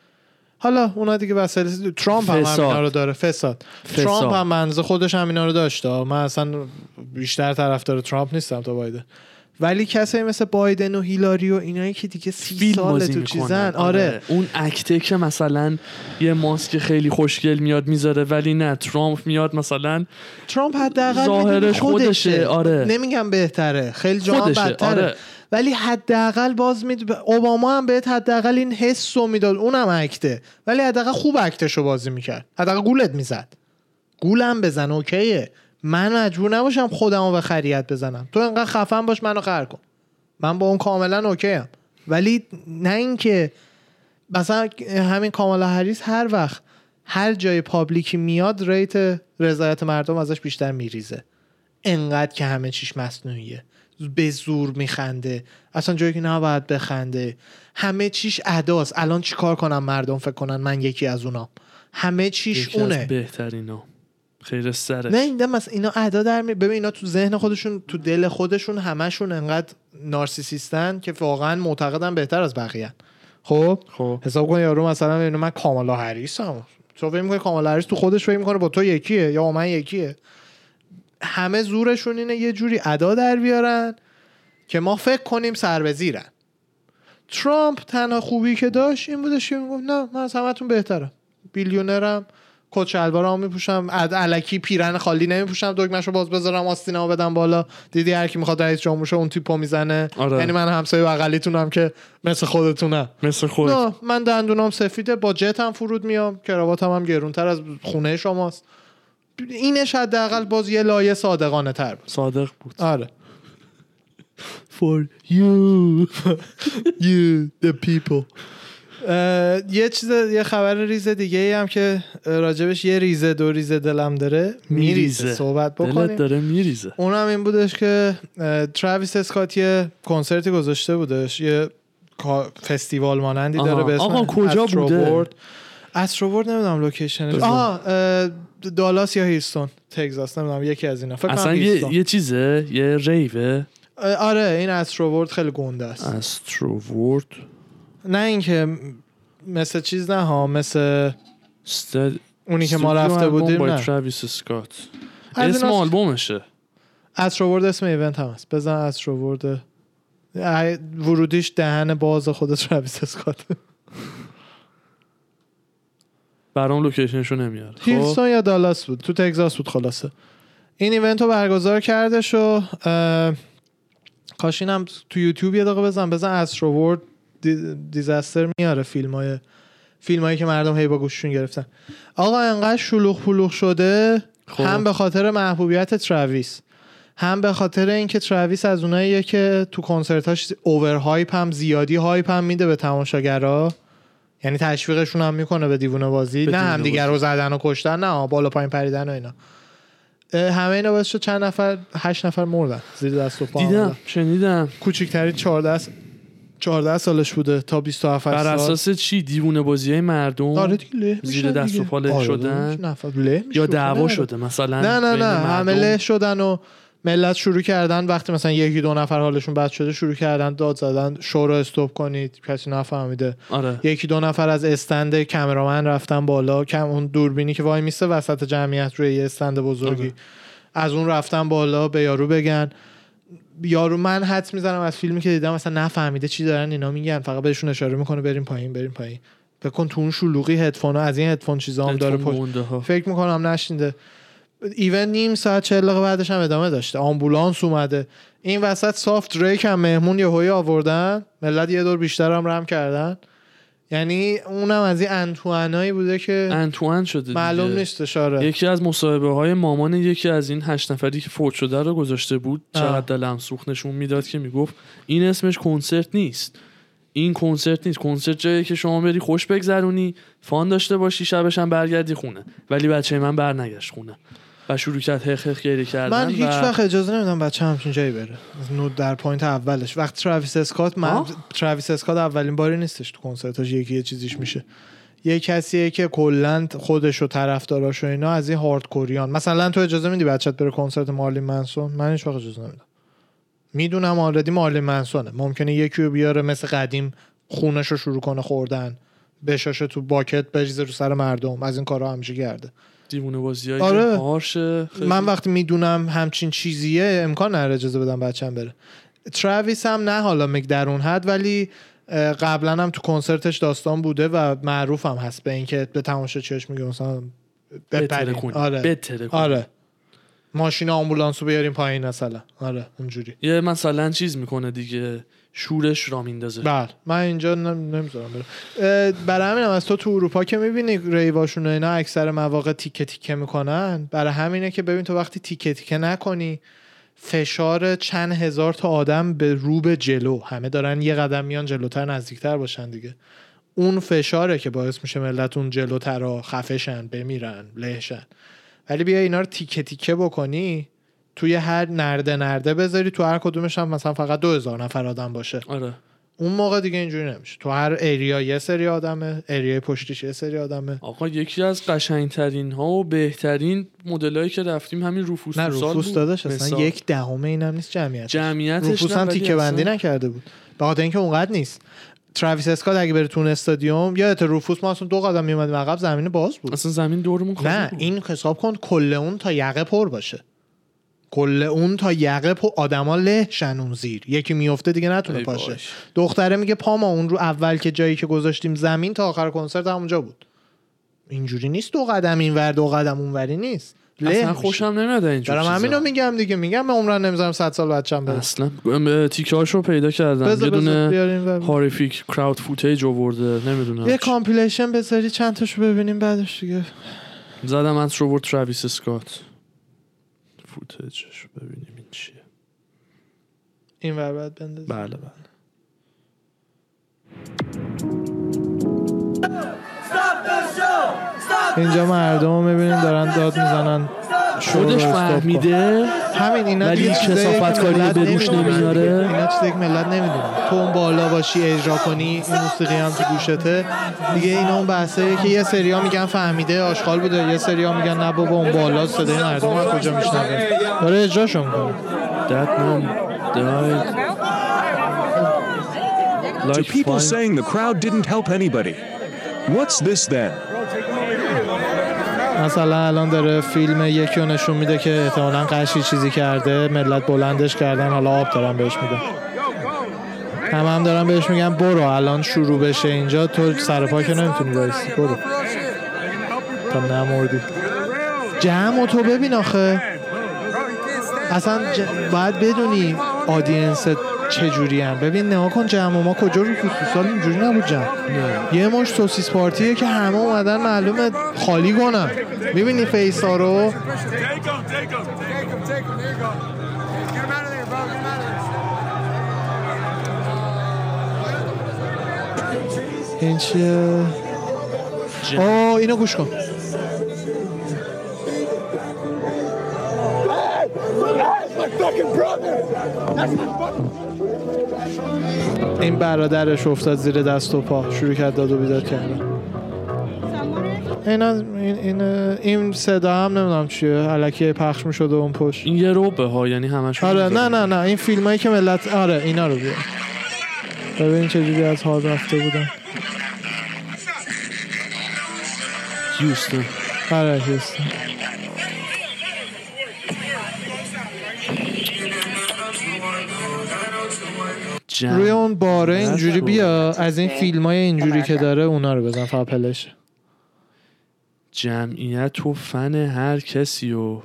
حالا اونا دیگه وسایل ترامپ هم همینا رو داره. فساد. فساد ترامپ هم منزه خودش همینا رو داشته. من اصلا بیشتر طرفدار ترامپ نیستم تا بایدن، ولی کسایی مثل بایدن و هیلاری و اینایی که دیگه سی ساله تو چیزن. آره اون اکته که مثلا یه ماسک خیلی خوشگل میاد میذاره، ولی نه ترامپ میاد مثلا ترامپ حداقل ظاهرش خودشه. آره نمیگم بهتره، خیلی جا بدتره. آره. ولی حداقل باز مید اوباما هم بهت حداقل این حسو میداد، اونم اکته، ولی حداقل خوب اکتشو بازی میکرد، حداقل گولت میزد. گولم بزن اوکیه، من مجبور نباشم خودمو به خریت بزنم. تو انقدر خفن باش منو خر کن، من با اون کاملا اوکی ام. ولی نه اینکه مثلا همین کامالا هریس هر وقت هر جای پابلیکی میاد ریت رضایت مردم ازش بیشتر میریزه، انقدر که همه چیش مصنوعیه، به زور میخنده، اصلا جایی که نباید بخنده، همه چیش اداست. الان چیکار کنم مردم فکر کنن من یکی از اونام؟ همه چیش یکی اونه. از بهترینا خیر سرش. نه این مثلا اینا ادا در می... ببین اینا تو ذهن خودشون تو دل خودشون همشون انقدر نارسیسیستن که واقعا معتقدن بهتر از بقیه. خب خب حساب کن یارو مثلا اینو من کامالا هریسم، تو فکر می‌کنی کامالا هریس تو خودش فکر می‌کنه با تو یکیه یا با من یکیه؟ همه زورشون اینه یه جوری ادا در بیارن که ما فکر کنیم سر به زیرن. ترامپ تنها خوبی که داشت این بودش که میگفت نه من از همتون بهترم، بیلیونرم، کت شلوارامو میپوشم، الکی پیرن خالی نمیپوشم، دگمه‌شو باز بذارم، آستینامو بدم بالا. دیدی هر کی میخواد رئیس جمهور شه اون تیپو میزنه. آره. یعنی من همسایه بغلیتونم که مثل خودتونم، مثل خود. نه من دندونام سفیده، با جتم فرود میام، کراواتم هم گرونتر از خونه شماست. اینش حداقل باز یه لایه صادقانه تر بود. صادق بود. آره. For you you the people. یه چیز یه خبر ریز دیگه ای هم که راجبش یه ریزه دو ریزه دلم داره میریزه صحبت بکنیم. دلت داره میریزه. اونم این بودش که تراویس اسکات یه کنسرتی گذاشته بودش، یه فستیوال مانندی داره به اسم آقا کجا بوده؟ استروورد نمیدونم لوکیشنش. آها دالاس یا هیستون تگزاس نمیدونم، یکی از اینا فکر کنم. اصلا یه یه چیزه، یه ریوه. آره این استروورد خیلی گنده است. استروورد نه اینکه مثل چیز نه ها، مثل استد... اونی که ما رفته بودیم نه. تراویس اسکات اسم آلبومشه. استروورد اسم ایونت هم هست. بزن استروورد، ورودیش دهن باز خود تراویس اسکات. برام لوکیشنشو نمیاره. هیلستون یا دالاس بود، تو تگزاس بود. خلاصه این ایونت رو برگزار کرده شو. کاشینم تو یوتیوب یه دقیقه بزن بزن استروورد دیزاستر میاره فیلمای فیلمایی که مردم هی با گوششون گرفتن. آقا انقدر شلوغ پلوغ شده خوب. هم به خاطر محبوبیت تراویس، هم به خاطر اینکه تراویس از اوناییه که تو کنسرتاش اوور هایپ هم زیادی هایپ هم میده به تماشاگرها، یعنی تشویقشون هم میکنه به دیوونه بازی، نه هم دیگر رو زدن و کشتن، نه بالا پایین پریدن و اینا. همه اینا باعث شد چند نفر هشت نفر مردن زیر دست و پا. دیدم شنیدم. کوچیک‌ترین چهارده چهارده سالش بوده تا بیست و هفت سال. بر اساس چی؟ دیوونه بازیای مردم. آره دیگه زیر دست و پا له شدن. آره یا دعوا شده مثلا. نه نه نه همه له شدن و ملت شروع کردن وقتی مثلا یکی دو نفر حالشون بد شده شروع کردن داد زدن شو رو استاپ کنید، کسی نفهمیده. آره. یکی دو نفر از استند کامرامن رفتن بالا، کم اون دوربینی که وای میسته وسط جمعیت روی یه استند بزرگی. آره. از اون رفتن بالا به یارو بگن. یارو من حدس میزنم از فیلمی که دیدم مثلا نفهمیده چی دارن اینا میگن، فقط بهشون اشاره میکنه بریم پایین بریم پایین. بکن تو اون شلوغی هدفون از این هدفون چیزا هم داره پشت. فکر میکنم نشینده. ایون نیم ساعت چهل دقیقه بعدش هم ادامه داشته. آمبولانس اومده این وسط. سافت دریک هم مهمون یه هوی آوردن، ملت یه دور بیشتر هم رم کردن. یعنی اونم از این انتوانایی بوده که انتوان شده معلوم نیست اشاره. یکی از مصاحبه های مامان یکی از این هشت نفری که فوت شده رو گذاشته بود. چقدر دلم سوخت نشون میداد که میگفت این اسمش کنسرت نیست، این کنسرت نیست. کنسرت جایی که شما بری خوش بگذرونی، فان داشته باشی، شبش هم برگردی خونه. ولی بچه من برنگشت خونه و شروع کرد هخ هخ گریه کردن. من هیچ و... وقت اجازه نمیدم بچه همچین جایی بره. نو در پوینت اولش وقت تراویس اسکات من آه؟ تراویس اسکات اولین باری نیستش تو کنسرتاش یکی یه چیزیش میشه. یه کسیه که کلا خودش و طرفداراش و اینا از این هاردکوریان. مثلا تو اجازه میدی بچت بره کنسرت مارلین منسون؟ من هیچ وقت اجازه نمیدم. میدونم آلردی مارلین منسونه، ممکنه یکی رو بیاره مثل قدیم خونش رو شروع کنه خوردن، بشاشه تو باکت بریزه رو سر مردم. از این کارا همیشه کرده. دیوونه بازیای آره. هارشه. من وقتی میدونم همچین چیزیه امکان نداره اجازه بدم بچه‌م بره. تراویس هم نه حالا میگ در اون حد، ولی قبلا هم تو کنسرتش داستان بوده و معروف هم هست به اینکه به تماشاچیاش میگه مثلا بپرین. آره. بتره آره. ماشین آمبولانسو بیاریم پایین مثلا. آره اونجوری. یه مثلا چیز میکنه دیگه، شورش را میندازه. بله من اینجا نمیذارم بره. برای همینم از تو تو اروپا که میبینی ریواشون و اینا اکثر مواقع تیکه تیکه میکنن. برای همینه که ببین تو وقتی تیکه تیکه نکنی فشار چند هزار تا آدم به رو به جلو، همه دارن یه قدم میان جلوتر نزدیکتر باشن دیگه، اون فشاره که باعث میشه ملت اون جلوتر و خفشن بمیرن لهشن. ولی بیا اینا رو تیکه تیکه بکنی، توی هر نرده نرده بذاری، تو هر کدومش هم مثلا فقط دو هزار نفر آدم باشه. آره. اون موقع دیگه اینجوری نمیشه. تو هر ایریا یه سری آدمه، ایریای پشتیش یه سری آدمه. آقا یکی از قشنگترین ها و بهترین مدلایی که رفتیم همین رفوس. نه رفوس داداش اصلا یک دهم اینم نیست جمعیت. جمعیتش رفوس هم تیکه بندی نکرده بود. به خاطر اینکه اونقدر نیست. تراویس اسکات اگه بره تو استادیوم، یادت رفوس ما اصلا دو قدم میومدیم عقب زمین باز بود. اصلا زمین دورمون خالی نه بود. این حساب کن کل اون تا یقه پر باشه. کل اون تا یقه پر آدما له شنون زیر. یکی میفته دیگه نتونه پاشه. باش. دختره میگه پا ما اون رو اول که جایی که گذاشتیم زمین تا آخر کنسرت همونجا بود. اینجوری نیست دو قدم اینور دو قدم اونوری نیست. اصلا خوشم نمیاد اینجوری. دارم همینو میگم دیگه، میگم من عمرن نمیذارم صد سال بچه‌م بره. اصلا تیکه‌هاشو پیدا کردم، یه دونه هاریفیک کراود فوتیج آورده، نمیدونم یه کامپیلیشن بذاری چند تاشو ببینیم بعدش دیگه. زدم از روبرت تراویس اسکات فوتیجش ببینیم این چیه. این ور بعد بنداز. بله بله. اینجا مردم رو میبینیم دارن داد میزنن، خودش فهمیده همین اینا ولی کثافت کاری به روش نمیاره. اینا چیزی که ملت نمیدونه. تو اون بالا باشی اجرا کنی این موسیقی هم تو گوشته دیگه. اینا اون بحثه که یه سریا میگن فهمیده آشغال بوده، یه سریا میگن نه بابا اون بالا صدای مردم از کجا میشنوه، داره اجراشون میکنه. That man died. To people saying the crowd didn't help anybody. What's this then? مثلا الان داره فیلم یکی رو نشون میده که احتمالاً قشی چیزی کرده، ملت بلندش کردن، حالا آب دارن بهش میدن. همه هم دارن بهش میگن برو الان شروع بشه اینجا، تو سر پا که نمیتونی بایستی، برو تا نمردی. جمع تو ببین آخه اصلا ج... باید بدونی آدینس چجوری هم. ببین نها کن جمع ما کجا رو فوتسال اینجوری نبود جمع. یه مش سوسیس پارتیه که همه اومدن معلومه خالی کنن. میبینی فیسا رو این چیه؟ آه اینو گوش کن. این برادرش افتاد زیر دست و پا، شروع کرد داد و بیداد کردن. این این این صدا هم نمیدونم چیه، الکی پخش میشد اون پشت. این یه روبه ها یعنی همش. آره نه نه نه این فیلمایی که ملت آره اینا رو بیار. ببین چجوری از حال رفته بودن. هیوستن. آره هیوستن. روی اون باره اینجوری بیا، از این فیلمای اینجوری که داره اونا رو بزن فقط پلش. جمعیت و فن هر کسی و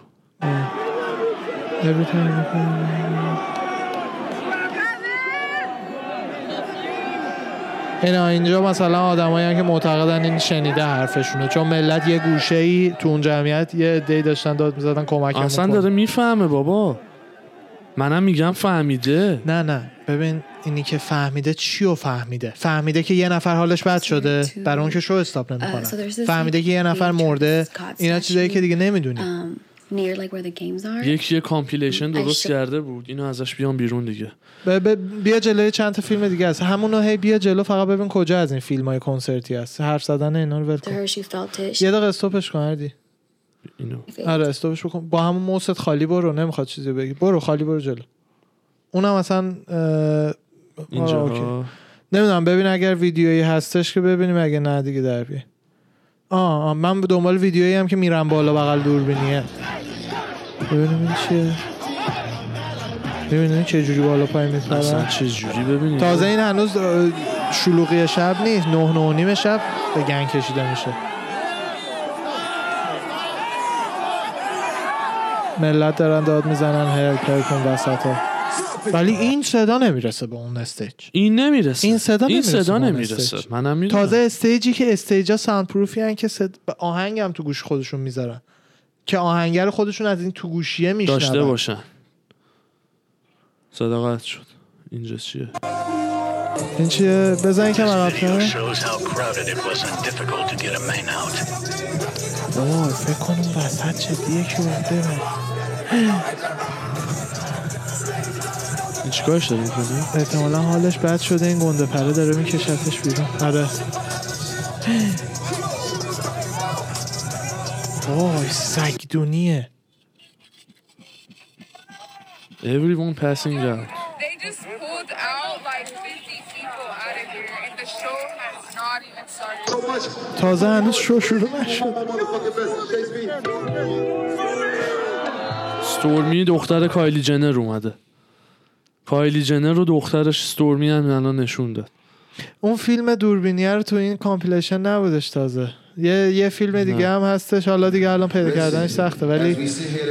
اینا اینجا مثلا آدمایی هم که معتقدن این شنیده حرفشونه، چون ملت یه گوشه‌ای تو اون جمعیت یه عده‌ای داشتن داد می‌زدن کمک اصلا داره میفهمه بابا. منم میگم فهمیده. نه نه ببین اینی که فهمیده چی رو فهمیده فهمیده که یه نفر حالش بد شده برای اون که شو استاپ نمیکنه فهمیده که یه نفر مرده اینا چیزایی که دیگه نمیدونی یکی یه کامپیلیشن درست کرده بود اینو ازش بیام بیرون دیگه بیا جلوی چند تا فیلم دیگه هست همونو هی بیا جلو فقط ببین کجا از این فیلمای کنسرتی هست حرف زدن اینا رو ول کن یه دقیقه استاپش کن هردی اینو آره استاپش بکن با همون موست خالی برو نمیخواد چیزی بگی برو خالی برو جلو اونم مثلا اینجا نمیدونم ببین اگر ویدیویی هستش که ببینیم اگه نه دیگه در بیه آه, آه من به دنبال ویدیویی هم که میرم بالا بغل دوربینیه ببینیم این چیه ببینیم چه جوری بالا پایین میپرن اصلا چه جوری ببینیم تازه این هنوز شلوغی شب نیست نه نه نیم شب به گنگ کشیده میشه ملت دارن داد میزنن هلپ هلپ کن وسط ها ولی این صدا نمیرسه به اون استیج این نمیرسه این صدا این نمیرسه, صدا نمیرسه. منم میدونم تازه استیجی که استیجا ساوند پروفی ان که صد... آهنگ هم تو گوش خودشون میذارن که آهنگر خودشون از این تو گوشیه میشنون داشته باشن صدا قطع شد اینجا چیه این چیه بزنین که من رفتم اوه فکر کنم وسط چدیه که برده این چیکارش داره میکنه؟ احتمالا حالش بد شده این گنده پره داره میکشتش بیرون آره اوه سگدونیه Everyone passing out They just pulled out like fifty people out of here and the show has not even started. تازه هنوز شو شروع نشد استورمی دختر کایلی جنر اومده کایلی جنر رو دخترش استورمی هم الان نشون داد اون فیلم دوربینیه رو تو این کامپیلیشن نبودش تازه یه یه فیلم دیگه هم هستش حالا دیگه الان پیدا کردنش سخته ولی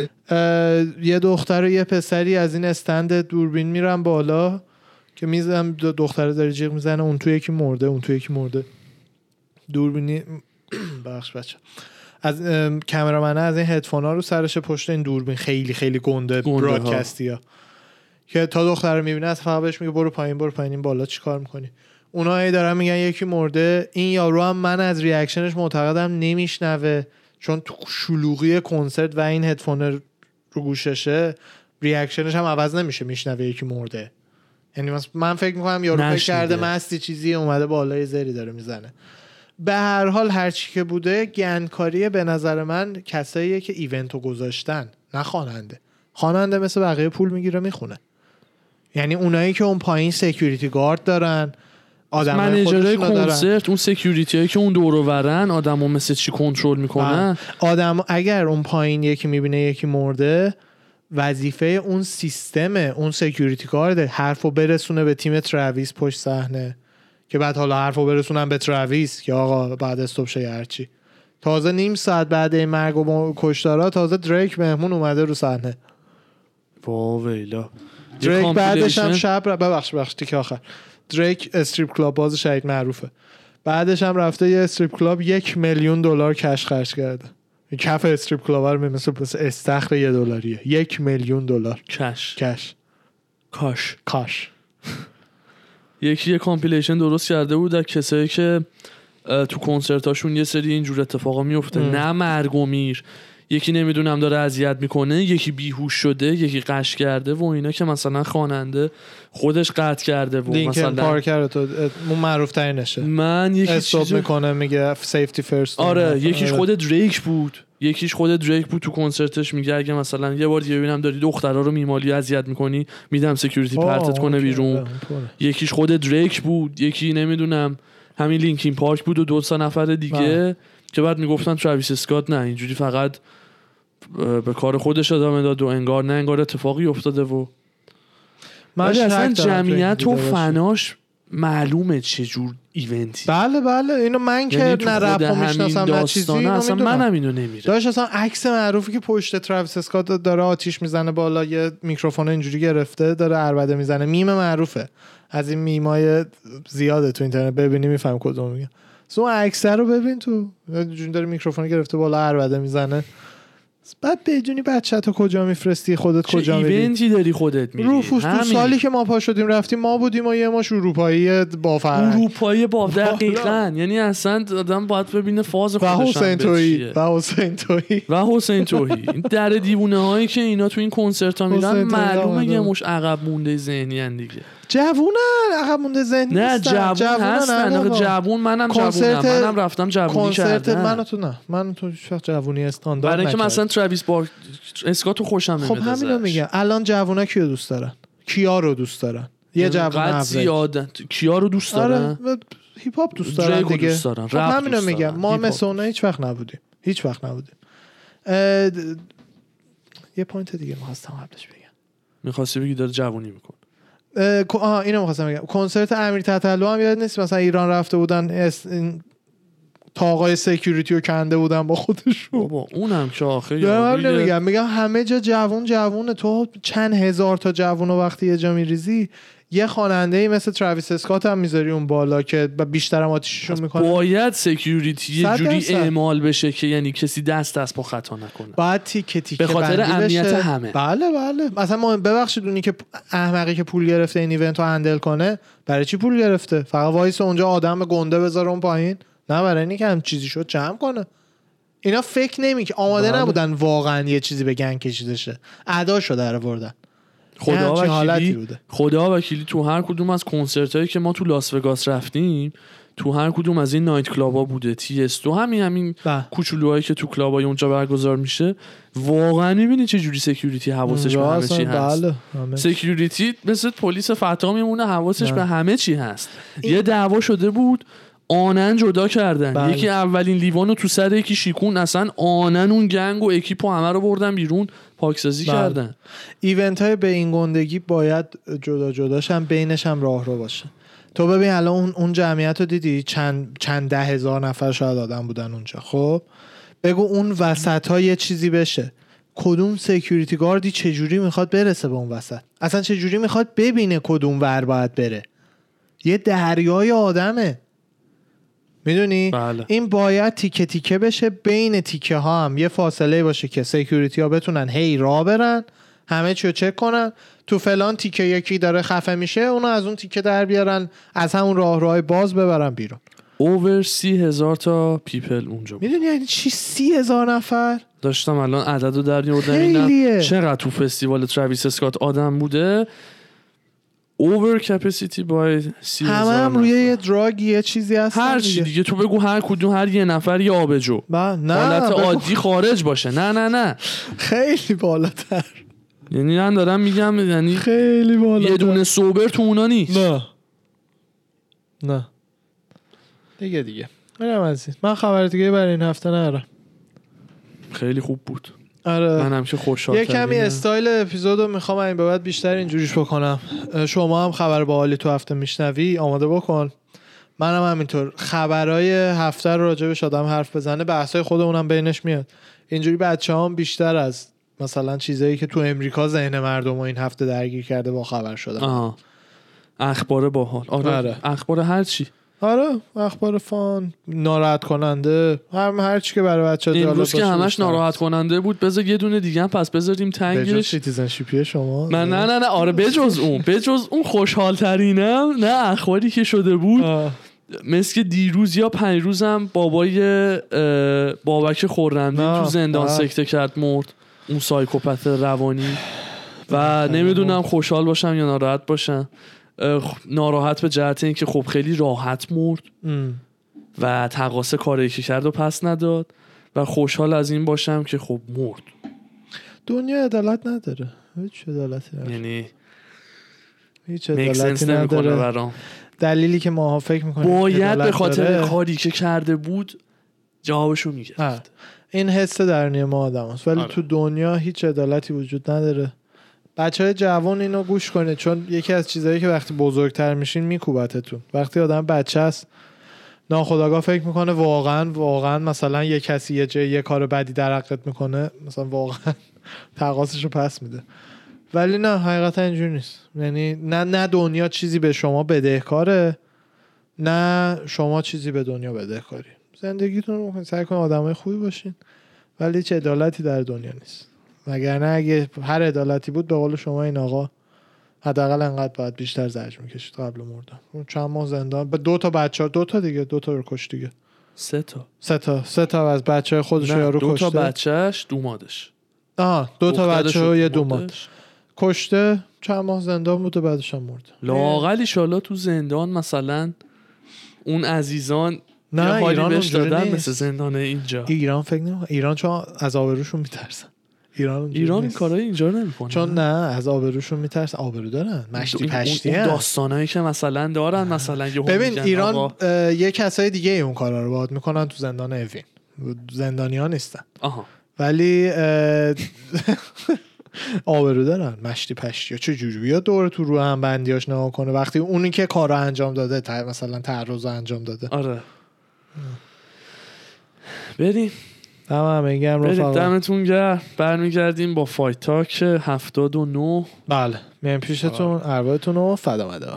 یه دختر و یه پسری از این استند دوربین میرن بالا که میزنم دختره داره جیغ میزنه اون تو یکی مرده اون تو یکی مرده دوربینی بخش بچه از کامرامنه از این هدفونا رو سرش پشت این دوربین خیلی خیلی گنده برادکستی ها که تا دختر رو میبینه از فقط بهش میگه برو پایین برو پایین این بالا چی کار میکنی اونا هی دارن میگن یکی مرده این یارو هم من از ریاکشنش معتقدم نمیشنوه چون تو شلوغی کنسرت و این هدفون رو گوششه ریاکشنش هم عوض نمیشه میشنوه یکی مرده یعنی من فکر میکنم یارو فکر کرده مستی چیزی اومده بالای زری داره میزنه به هر حال هرچی که بوده گندکاری به نظر من کساییه که ایونتو گذاشتن نه خواننده خواننده مثل بقیه پول میگیره میخونه یعنی اونایی که اون پایین سکیوریتی گارد دارن آدمای منیجرای کنسرت اون سکیوریتی هایی که اون دور و برن آدمو مثل چی کنترل میکنن آدم اگر اون پایین یکی میبینه یکی مرده وظیفه اون سیستم اون سکیوریتی گارد حرفو برسونه به تیم ترویس پشت صحنه که بعد حالا حرفو برسونن به ترویس که آقا بعد استاپ شه هرچی تازه نیم ساعت بعد این مرگ و کشتارا تازه دریک مهمون اومده رو صحنه وا ویلا دریک بعدش هم شب ببخش ببخش تیک آخر دریک استریپ کلاب باز شهید معروفه بعدش هم رفته یه استریپ کلاب یک میلیون دلار کش خرج کرده کف استریپ کلاب رو مثل استخر یه دلاریه یک میلیون دلار کش کش کاش کاش یکی یه کامپیلیشن درست کرده بود در کسایی که تو کنسرتاشون یه سری اینجور اتفاقا میفته نه مرگ و میر یکی نمیدونم داره اذیت میکنه یکی بیهوش شده یکی قش کرده و اینا که مثلا خواننده خودش قطع کرده و لینکن مثلا پارکر تو اون معروف ترینشه من یکی استاپ چیزو... میکنه میگه سیفتی فرست آره یکیش آره. خود دریک بود یکیش خود دریک بود تو کنسرتش میگه اگه مثلا یه بار دیگه ببینم داری دخترا رو میمالی اذیت میکنی میدم سکیوریتی پرتت کنه بیرون یکیش خود دریک بود یکی نمیدونم همین لینکین پارک بود و دو تا نفر دیگه آه. که بعد میگفتن تراویس اسکات نه اینجوری فقط به کار خودش ادامه داد و انگار نه انگار اتفاقی افتاده و ولی اصلا جمعیت و فناش معلومه چه جور ایونتی بله بله اینو من که نه رپ میشناسم نه چیزی اینو اصلا منم اینو نمیره داشت اصلا عکس معروفی که پشت تراویس اسکات داره آتیش میزنه بالا یه میکروفون اینجوری گرفته داره عربده میزنه میم معروفه از این میمای زیاده تو اینترنت ببینی میفهم کدوم میگم اون عکس رو ببین تو جون داره میکروفون گرفته بالا عربده میزنه بعد بدونی بچه‌تو کجا میفرستی، خودت کجا میری، چه ایونتی داری خودت میری. روفوس تو سالی که ما پا شدیم رفتیم ما بودیم و یه ماش اروپایی با فرهنگ، اروپایی با دقیقاً، یعنی اصلا آدم باید ببینه فاز خودش هم حسین تویی و حسین تویی و حسین تویی این در دیوونه هایی که اینا تو این کنسرت ها میرن معلومه یه مش عقب مونده ذهنی ان دیگه. جوونن عقب مونده ذهنی نه جوون هستن. جوون منم جوونم، منم رفتم جوونی کردم. کنسرت من تو نه من تو شخص جوونی استاندارد برای اینکه مثلا تراویس بار اسکاتو خوشم نمیاد. خب همینو میگم. الان جوونا کیو دوست دارن؟ کیا رو دوست دارن؟ یه جوون اوریج کیا رو دوست دارن؟ آره هیپ هاپ دوست دارن دیگه. خب همینو میگم. ما مثل اونها هیچ وقت نبودیم. هیچ وقت نبودیم. یه پوینت دیگه می‌خواستم قبلش بگم. می‌خواستی بگی داره جوونی میکنه. آها اینو می‌خواستم بگم. کنسرت امیر تتلو هم یاد نیست مثلا ایران رفته بودن تاقای سکیوریتی رو کنده بودن با خودشون. بابا اونم که آخه یارو میگم میگم همه جا جوون جوونه. تو چند هزار تا جوون رو وقتی یه جا میریزی یه خواننده‌ای مثل تراویس اسکات هم میذاری اون بالا که بیشتر هم آتیششون میکنه. باید سکیوریتی یه جوری اعمال بشه که یعنی کسی دست دست با خطا نکنه. باید تیکه تیکه به خاطر امنیت بشه. همه. بله بله. مثلا ما ببخشید اونی که احمقی که پول گرفته این ایونت رو هندل کنه برای چی پول گرفته؟ فقط وایس اونجا آدم گنده بذاره اون پایین؟ نه برای اینکه هم چیزی شد جمع کنه. اینا فکر نمی که آماده بله. نبودن واقعا یه چیزی به گنگ کشیده شه. اداشو در آوردن. خدا وکیلی خدا وکیلی تو هر کدوم از کنسرتایی که ما تو لاس وگاس رفتیم تو هر کدوم از این نایت کلابا بوده تی اس تو همین همین کوچولوهایی که تو کلابای اونجا برگزار میشه واقعا میبینی چه جوری سکیوریتی حواسش به همه چی هست. بله. سکیوریتی مثل پلیس فتا میمونه حواسش نه. به همه چی هست. این... یه دعوا شده بود آنن جدا کردن. بله. یکی اولین لیوانو تو سر یکی شیکون اصلا آنن اون گنگ و اکیپو همه رو بردن بیرون پاکسازی بله. کردن. ایونت های به این گندگی باید جدا جداش هم بینش هم راه رو باشه. تو ببین الان اون اون جمعیت رو دیدی چند چند ده هزار نفر شاید آدم بودن اونجا. خب بگو اون وسط ها یه چیزی بشه کدوم سکیوریتی گاردی چجوری میخواد برسه به اون وسط؟ اصلا چجوری میخواد ببینه کدوم ور باید بره؟ یه دریای آدمه. میدونی؟ بله. این باید تیکه تیکه بشه. بین تیکه ها هم یه فاصله باشه که سکیوریتی ها بتونن هی راه برن همه چیو چک کنن. تو فلان تیکه یکی داره خفه میشه اونو از اون تیکه در بیارن از همون راه راهی باز ببرن بیرون. اوور سی هزار تا پیپل اونجا بود. میدونی یعنی چی سی هزار نفر؟ داشتم الان عدد رو در میوردم اینم چقدر تو فستیوال تراویس اسکات آدم بوده. اوور کپاسیتی بای سی همه هم روی یه دراگ یه چیزی هست. هر چی دیگه تو بگو هر کدوم هر یه نفر یه آبجو نه حالت عادی خارج باشه. نه نه نه خیلی بالاتر. یعنی من دارم میگم یعنی خیلی بالاتر. یه دونه سوبر تو اونا نیست. نه نه دیگه دیگه منم از این. من خبر دیگه برای این هفته ندارم. خیلی خوب بود. آره منم که خوشحال یه کمی استایل اپیزودو میخوام این به بعد بیشتر اینجوریش بکنم. شما هم خبر باحالی تو هفته میشنوی آماده بکن. منم هم همینطور خبرای هفته رو راجبش آدم حرف بزنه بحثای خودمونم بینش میاد. اینجوری بچه‌هام بیشتر از مثلا چیزایی که تو امریکا ذهن مردم رو این هفته درگیر کرده با خبر شدن. آها اخبار باحال. آره. آره اخبار هر چی. آره اخبار فان ناراحت کننده هم هر چی که برای بچه‌ها جالب باشه. این روز که همش ناراحت کننده بود بذار یه دونه دیگه هم پس بذاریم تنگش. بجز سیتیزنشیپی شما من نه نه نه آره بجز اون بجز اون خوشحال ترینم نه اخباری که شده بود آه. مثل که دیروز یا پنج روزم بابای بابک خرمدین تو زندان آه. سکته کرد مرد. اون سایکوپت روانی و نمیدونم خوشحال باشم یا ناراحت باشم. ناراحت به جهت این که خب خیلی راحت مرد ام. و تقاص کاری که کرد و پس نداد و خوشحال از این باشم که خب مرد. دنیا عدالت نداره. هیچ عدالتی نداره. یعنی هیچ عدالتی نداره. دلیلی که ماها فکر میکنیم باید به خاطر کاری که کرده بود جوابشو میگرفت. این حس درونی ما آدم هست ولی آره. تو دنیا هیچ عدالتی وجود نداره. بچه های جوان اینو گوش کنه چون یکی از چیزایی که وقتی بزرگتر میشین میکوبتتون. وقتی آدم بچه است ناخودآگاه فکر میکنه واقعا واقعا مثلا یه کسی یه جای یه کار بدی در حقت میکنه مثلا واقعا تقاصشو پس میده ولی نه حقیقتا اینجوری نیست. یعنی نه نه دنیا چیزی به شما بدهکاره نه شما چیزی به دنیا بدهکاری. زندگیتون رو سعی کنید آدمای خوبی باشین ولی هیچ عدالتی در دنیا نیست. وگرنه اگه هر عدالتی بود به قول شما این آقا حداقل انقدر باید بیشتر زجر میکشید قبل مردن. اون چند ماه زندان به دو تا بچه‌ها دو تا دیگه دو تا رو کشت دیگه. سه تا سه تا سه تا از بچه‌های خودش یارو کشته. دو تا بچه‌اش دومادش. آه دو تا بچه و یه دوماد کشته، چند ماه زندان بود و بعدش هم مرد. لااقل ان شاءالله تو زندان مثلا اون عزیزان نه ایران بهش دادن مثل زندان اینجا. ایران فکر نمی‌کنم، ایران چون از آبروشون میترسن. ایران ایران این کارا اینجا نمیکنه چون نه از آبروشون میترسن. آبرو دارن، مشتی پشتی اون داستانایی که مثلا دارن مثلا یه ببین ایران آقا... یه کسای دیگه اون کارا رو باهات میکنن تو زندان اوین، زندانی‌ها نیستن. آها ولی آبرو دارن، مشتی پشتی چه جوری بیا دور تو رو هم بندیاش نگاه کنه وقتی اونی که کارو انجام داده تا مثلا تعرض انجام داده. آره بریم تمام میگم رفقا، دمتون گرم. برمیگردیم با فایت تاک هفتاد و نه. بله میام پیشتون، ارواحتون رو فدا مدا.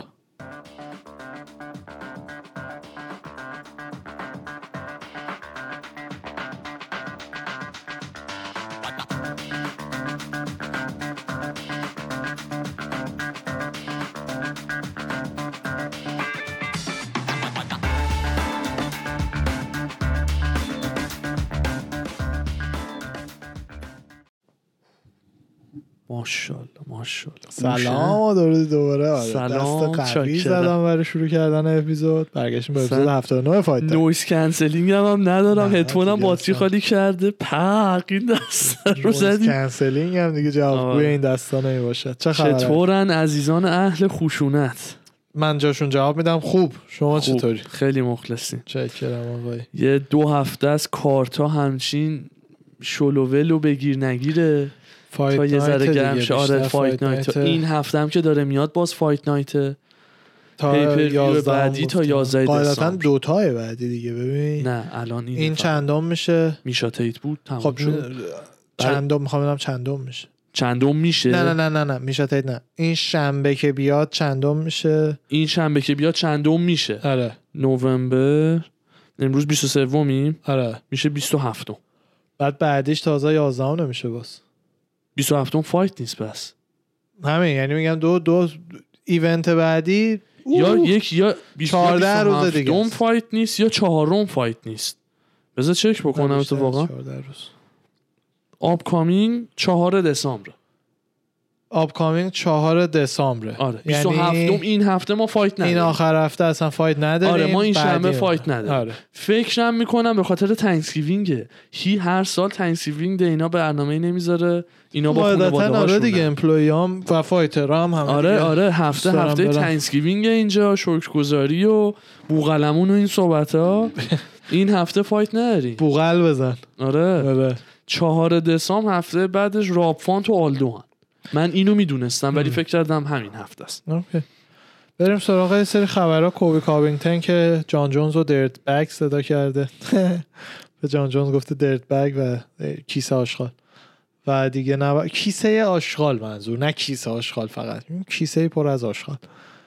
ماشاءالله ماشاءالله. سلام درود دوباره. آره سلام، دست قوی زدم برای شروع کردن اپیزود. برگشتیم به اپیزود هفتاد و نه فایت. نویز کنسلینگ هم, هم ندارم، هدفونم باتری خالی کرده. پاک این دست رو زدیم. نویز کنسلینگ هم دیگه جوابگوی این دستا نمیباشد. چه خبره؟ چطورن عزیزان اهل خشونت؟ من جاشون جواب میدم خوب. شما خوب. چطوری؟ خیلی مخلصیم. چکرم آقای. یه دو هفته از کارتا همچین شلوولو بگیر نگیره تا یه ذره گرم شه. آره فایت نایت این هفته هم که داره میاد باز فایت نایت تا پیپر بعدی تا یازده دسامبر. قاعدتا دو تای بعدی دیگه. ببین نه الان این, این چندم میشه؟ میشا تیت بود تمام خب شد. چندم میخوام بدم چندم میشه؟ چندم میشه؟ نه نه نه نه نه میشا تیت نه. این شنبه که بیاد چندم میشه؟ این شنبه که بیاد چندم میشه؟ آره نوامبر امروز بیست و سه میم. آره میشه بیست و هفت. بعد بعدش تازه یازده نمیشه باز. بیست و هفت فایت نیست بس. همین یعنی میگم دو دو ایونت بعدی یا یک یا چهارده روز دیگه دوم فایت نیست یا چهارم فایت نیست. بذار چک بکنم تو واقعا. چهارده روز. آپ کامینگ چهار دسامبر. آپ کامینگ چهار دسامبر. آره بیست و هفت یعنی این هفته ما فایت نداریم. این آخر هفته اصلا فایت نداریم. آره ما این شنبه فایت نداریم. آره. فکرم میکنم به خاطر تانکسگیوینگه. هی هر سال تانکسگیوینگ ده اینا برنامه‌ای نمیذاره. اینا با خانواده‌هاشون. آره دیگه امپلویام و فایترام هم. آره آره هفته هفته تانکسگیوینگ اینجا شکرگزاری و بوقلمون و این صحبت‌ها. این هفته فایت نداریم. بوقل بزن. آره. آره. چهار دسامبر هفته بعدش رابفانت و آلدو. من اینو میدونستم ولی فکر کردم همین هفته است. اوکی. بریم سراغ یه سری خبرها. کوبی کابینگتن که جان جونز رو درت بگ صدا کرده. به جان جونز گفته درت بگ و کیسه آشغال. و دیگه نه کیسه آشغال منظور، نه کیسه آشغال فقط. کیسه پر از آشغال.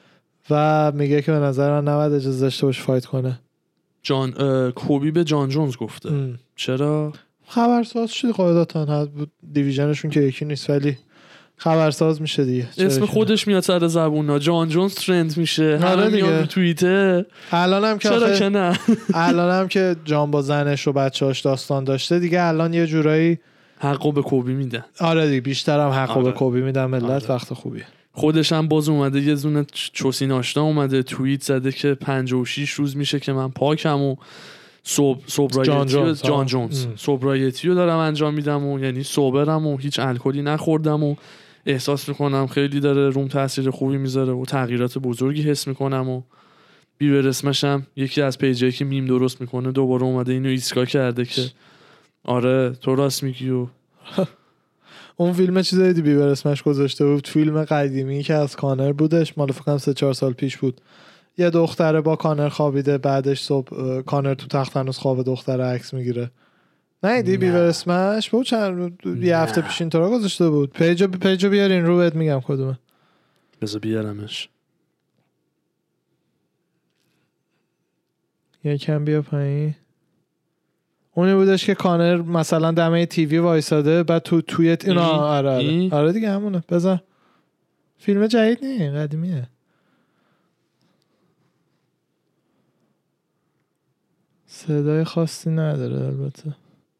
و میگه که به نظر من نباید اجازه داشته باشه فایت کنه. جان کوبی به جان جونز گفته. ام. چرا؟ خبرساز شد قاعدتاً بود دیویژنشون که یکی نیست ولی خبرساز میشه دیگه. اسم خودش میاد سر زبونا. جان جونز ترند میشه. همه میاد تو توییتر. الانم که چرا که نه الانم که جان با زنش و بچه‌هاش داستان داشته دیگه الان یه جورایی حقو به کوبی میدن. آره دیگه بیشترم حقو آره. به کوبی میدن. ملت آره. وقت خوبیه. خودش هم باز اومده یه زونه چوسین آشنا اومده توییت زده که پنجاه و شش روز میشه که من پاکم و صبح صبرایتی جان جونز صبرایتی رو دارم انجام میدم و یعنی صبرم و هیچ الکلی نخوردم و احساس میکنم خیلی داره روم تاثیر خوبی میذاره و تغییرات بزرگی حس میکنم و بیبر اسمشم یکی از پیجایی که میم درست میکنه دوباره اومده اینو ایسکا کرده که آره تو راست میگی. و اون فیلم چیزایی دی بیبر اسمش گذاشته بود، فیلم قدیمی که از کانر بودش، مال فکر کنم سه چهار سال پیش بود. یه دختره با کانر خوابیده، بعدش صبح کانر تو تخت هنوز خواب دختره عکس میگیره. نه دی بیبر اسمش بود چند یه هفته پیش اینطورا گذاشته بود. پیجو پیجو بیارین رو بهت میگم کدومه. بذار بیارمش. یکم بیا پایین. اونی بودش که کانر مثلا دمه تیوی وایساده بعد تو توی اینا آره آره. آره دیگه همونه. بذار فیلم جدید نه قدیمیه. صدای خاصی نداره البته.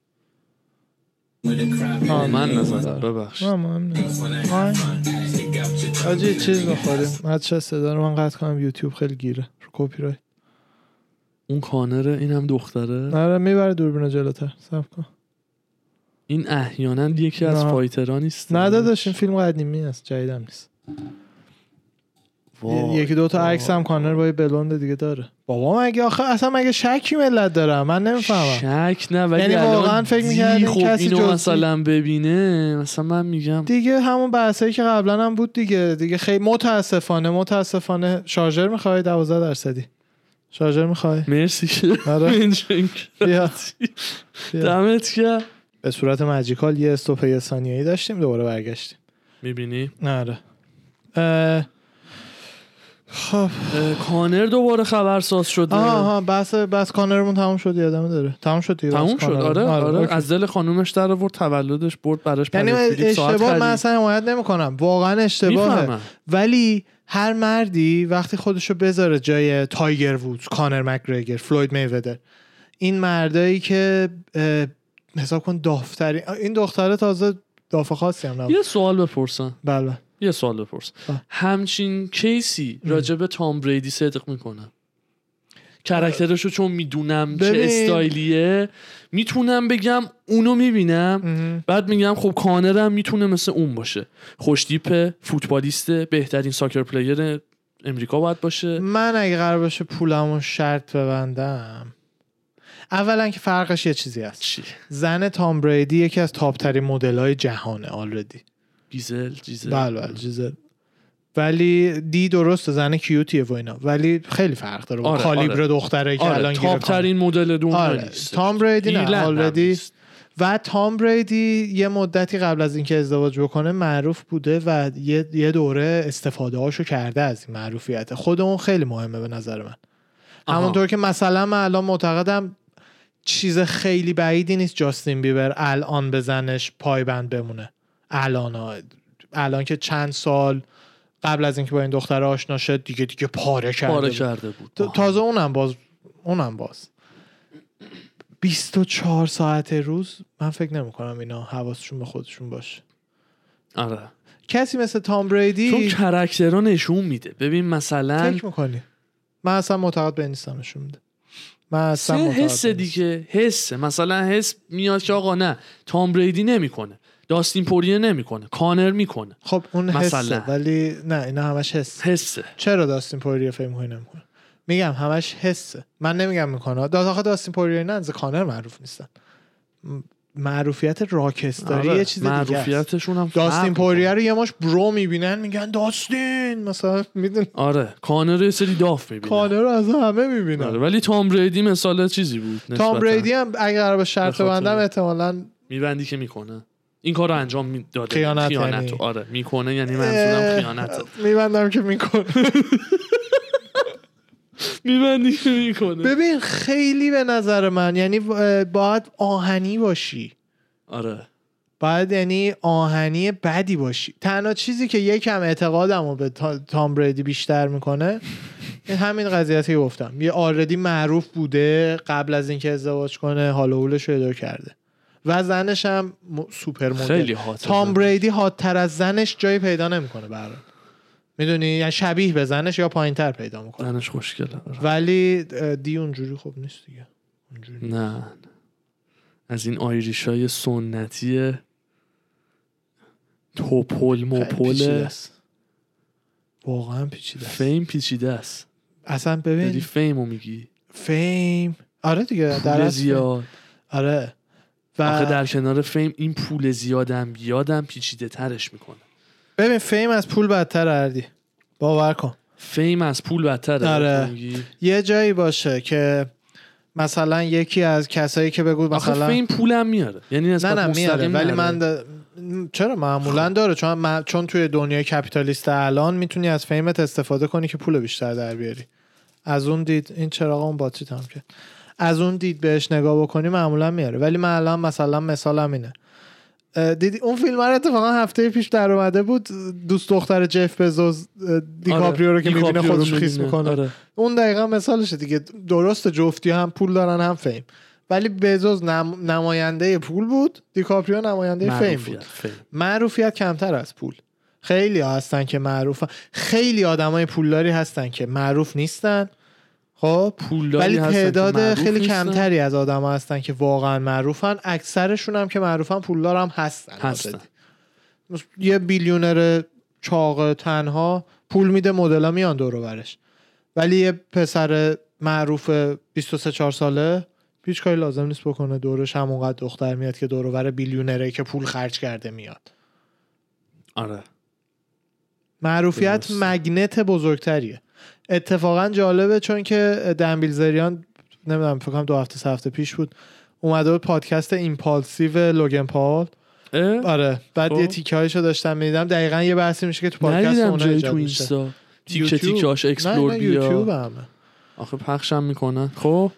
آه من نزدم ببخش. نه مهم نیست. آجی چیز بخوریم. بچه صدا رو من قطع کنم یوتیوب خیلی گیره. رو کپی رایت. اون کانره این هم دختره. آره میبره دوربین جلوتر. صبر کن. این احیانا یکی از فایترها نیست. نه داداش این فیلم قدیمی است جدیدم نیست. یکی دو تا عکس هم کانر با بلوند دیگه داره. بابا مگه آخه اصلا مگه شکی ملت داره من نمیفهمم. شک نه ولی یعنی واقعا فکر می‌کردین کسی اینو جز مثلا ببینه مثلا من میگم دیگه همون بحثایی که قبلا هم بود دیگه دیگه خیلی متاسفانه متاسفانه شارژر می‌خوای دوازده درصدی شارژر می‌خوای مرسی که آره بیا دمت گرم. به صورت ماجیکال یه استوپ یه ثانیه‌ای داشتیم دوباره برگشتیم. می‌بینی؟ آره. خب کانر دوباره خبرساز شده. آها بس بس کانرمون تموم شد یادم داره. تموم شد دیگه. تموم شد آره آره, آره. از دل خانومش در آورد تولدش برد براش یعنی اشتباه من اصلا حمایت نمی‌کنم. واقعا اشتباهه. ولی هر مردی وقتی خودشو بذاره جای تایگر وودز، کانر مک‌گرگر، فلوید میودر این مردایی که حساب کن دافتری این دختره تازه دافع خاصی هم نبود. یه سوال بپرسم. بله. یه سوال بپرس. همچین کیسی راجع به تام بریدی صدق میکنم؟ کرکترشو چون میدونم چه استایلیه میتونم بگم اونو میبینم بعد میگم خب کانرم میتونه مثل اون باشه، خوشتیپه، فوتبالیسته، بهترین ساکر پلیر امریکا باید باشه. من اگه قرار باشه پولمو شرط ببندم اولا که فرقش یه چیزی هست. چی؟ زن تام بریدی یکی از تاپ ترین مدل‌های جهانه آلردی. گیزل جیزل بله بله جیزل. ولی دی درسته زن کیوتیه و اینا ولی خیلی فرق داره با آره، کالیبر آره. دختره که آره، الان گیره تاپ ترین مدل دنیا آره. نیست. تام بریدی نه آلردی. و تام بریدی یه مدتی قبل از اینکه ازدواج بکنه معروف بوده و یه یه دوره استفاده هاشو کرده از این معروفیت. خود اون خیلی مهمه به نظر من. آها. همونطور که مثلا من الان معتقدم چیز خیلی بعیدی نیست جاستین بیبر الان بزنش پایبند بمونه. الان الان که چند سال قبل از اینکه با این دختر آشنا شد دیگه دیگه پاره کرده پاره بود. کرده بود. تازه اونم باز اونم باز بیست و چهار ساعت روز من فکر نمی کنم اینا حواسشون به خودشون باشه. آره. کسی مثل تام بریدی چون کرکترها نشون میده. ببین مثلا فکر میکنی من اصلا معتقد به نیستم نشون میده. من اصلا معتقد حس دیگه حس مثلا حس میاد که آقا نه تام بریدی نمیکنه، داستین پوریه نمیکنه، کانر میکنه. خب اون حسه ولی نه اینا همش حس حسه. چرا داستین پوریه فکر میکنه نمیکنه؟ میگم همش حسه. من نمیگم میکنه. داخل داستین پوریه نه از کانر معروف نیستن. معروفیت راکستاری آره. یه چیز دیگه است. معروفیتشون هم داستین پوریه رو یه ماش برو میبینن میگن داستین مثلا میدون. آره کانر یه سری داف میبینن. کانر رو از همه میبینن. آره. ولی تام بریدی مثلا چیزی بود. تام بریدی هم اگه قرار به شرط بندم احتمالاً میبندی که میکنه. این کارو انجام داده. خیانت, خیانت یعنی. آره میکنه یعنی منظورم خیانته. میبندم که میکنه. میبندی که میکنه. ببین خیلی به نظر من یعنی باید آهنی باشی. آره باید یعنی آهنی بدی باشی. تنها چیزی که یکم اعتقادمو به تام بریدی بیشتر میکنه همین قضیه‌ای که گفتم. یه آلردی معروف بوده قبل از اینکه ازدواج کنه حال و حولش رو اداره کرده و زنش هم سوپر مدل. خیلی هات. تام بریدی هات‌تر از زنش جایی پیدا نمیکنه برات. میدونی یعنی شبیه به زنش یا پایین‌تر پیدا میکنه. زنش خوشگله ولی دی اونجوری خوب نیست دیگه. اونجوری نه از این آیریشای سنتی توپل موپل واقعا پیچیده است. فیم پیچیده است. اصلا ببین داری فیمو میگی. فیم آره دیگه در زیاد. آره و آخه در کنار فیم این پول زیادم بیادم پیچیده ترش میکنه. ببین فیم از پول بدتر اردی باور کن. فیم از پول بدتره. آره. یه جایی باشه که مثلا یکی از کسایی که بگو مثلا آخه فیم پولم میاره یعنی نه نه میاره ولی من د... چرا معمولا داره چون من... چون توی دنیای کپیتالیست الان میتونی از فیمت استفاده کنی که پول بیشتر در بیاری. از اون دید این چراغ اون باتری تام کرد. از اون دید بهش نگاه بکنی معمولا میاره. ولی من الان مثلا مثالم اینه، دیدی اون فیلم رو اتفاقا هفته پیش در اومده بود، دوست دختر جف بزوس دیکاپریو رو که میبینه خودش خیس میکنه. آره. اون دقیقا مثالشه دیگه. درست جفتی هم پول دارن هم فیم، ولی بزوس نم... نماینده پول بود، دیکاپریو نماینده فیم بود. فیم. معروفیت کمتر از پول. خیلی ها هستن که معروفن، خیلی آدمای پولداری هستن که معروف نیستن، خب ولی تعداد خیلی نیستن. کمتری از آدما هستن که واقعا معروفن. اکثرشون هم که معروفن پولدار هم هستن, هستن. یه بیلیونر چاق تنها پول میده، مدلا میان دور و برش، ولی یه پسر معروف بیست و سه چهار ساله هیچ کاری لازم نیست بکنه، دورش همونقدر دختر میاد که دور و بر بیلیونره که پول خرج کرده میاد. آره، معروفیت درست. مگنت بزرگتریه. اتفاقا جالبه چون که دنبیلزریان نمیدونم فکر کنم دو هفته سه هفته پیش بود اومده بود پادکست ایمپالسیو لوگن پال. آره بعد یه تیکه‌هایشو داشتم میدیدم، دقیقاً یه بحثی میشه که تو پادکست اون ایجاد میشه. تیکه تیکه‌اش اکسپلور بیا یوتیوب همه آخه پخشم میکنن. خب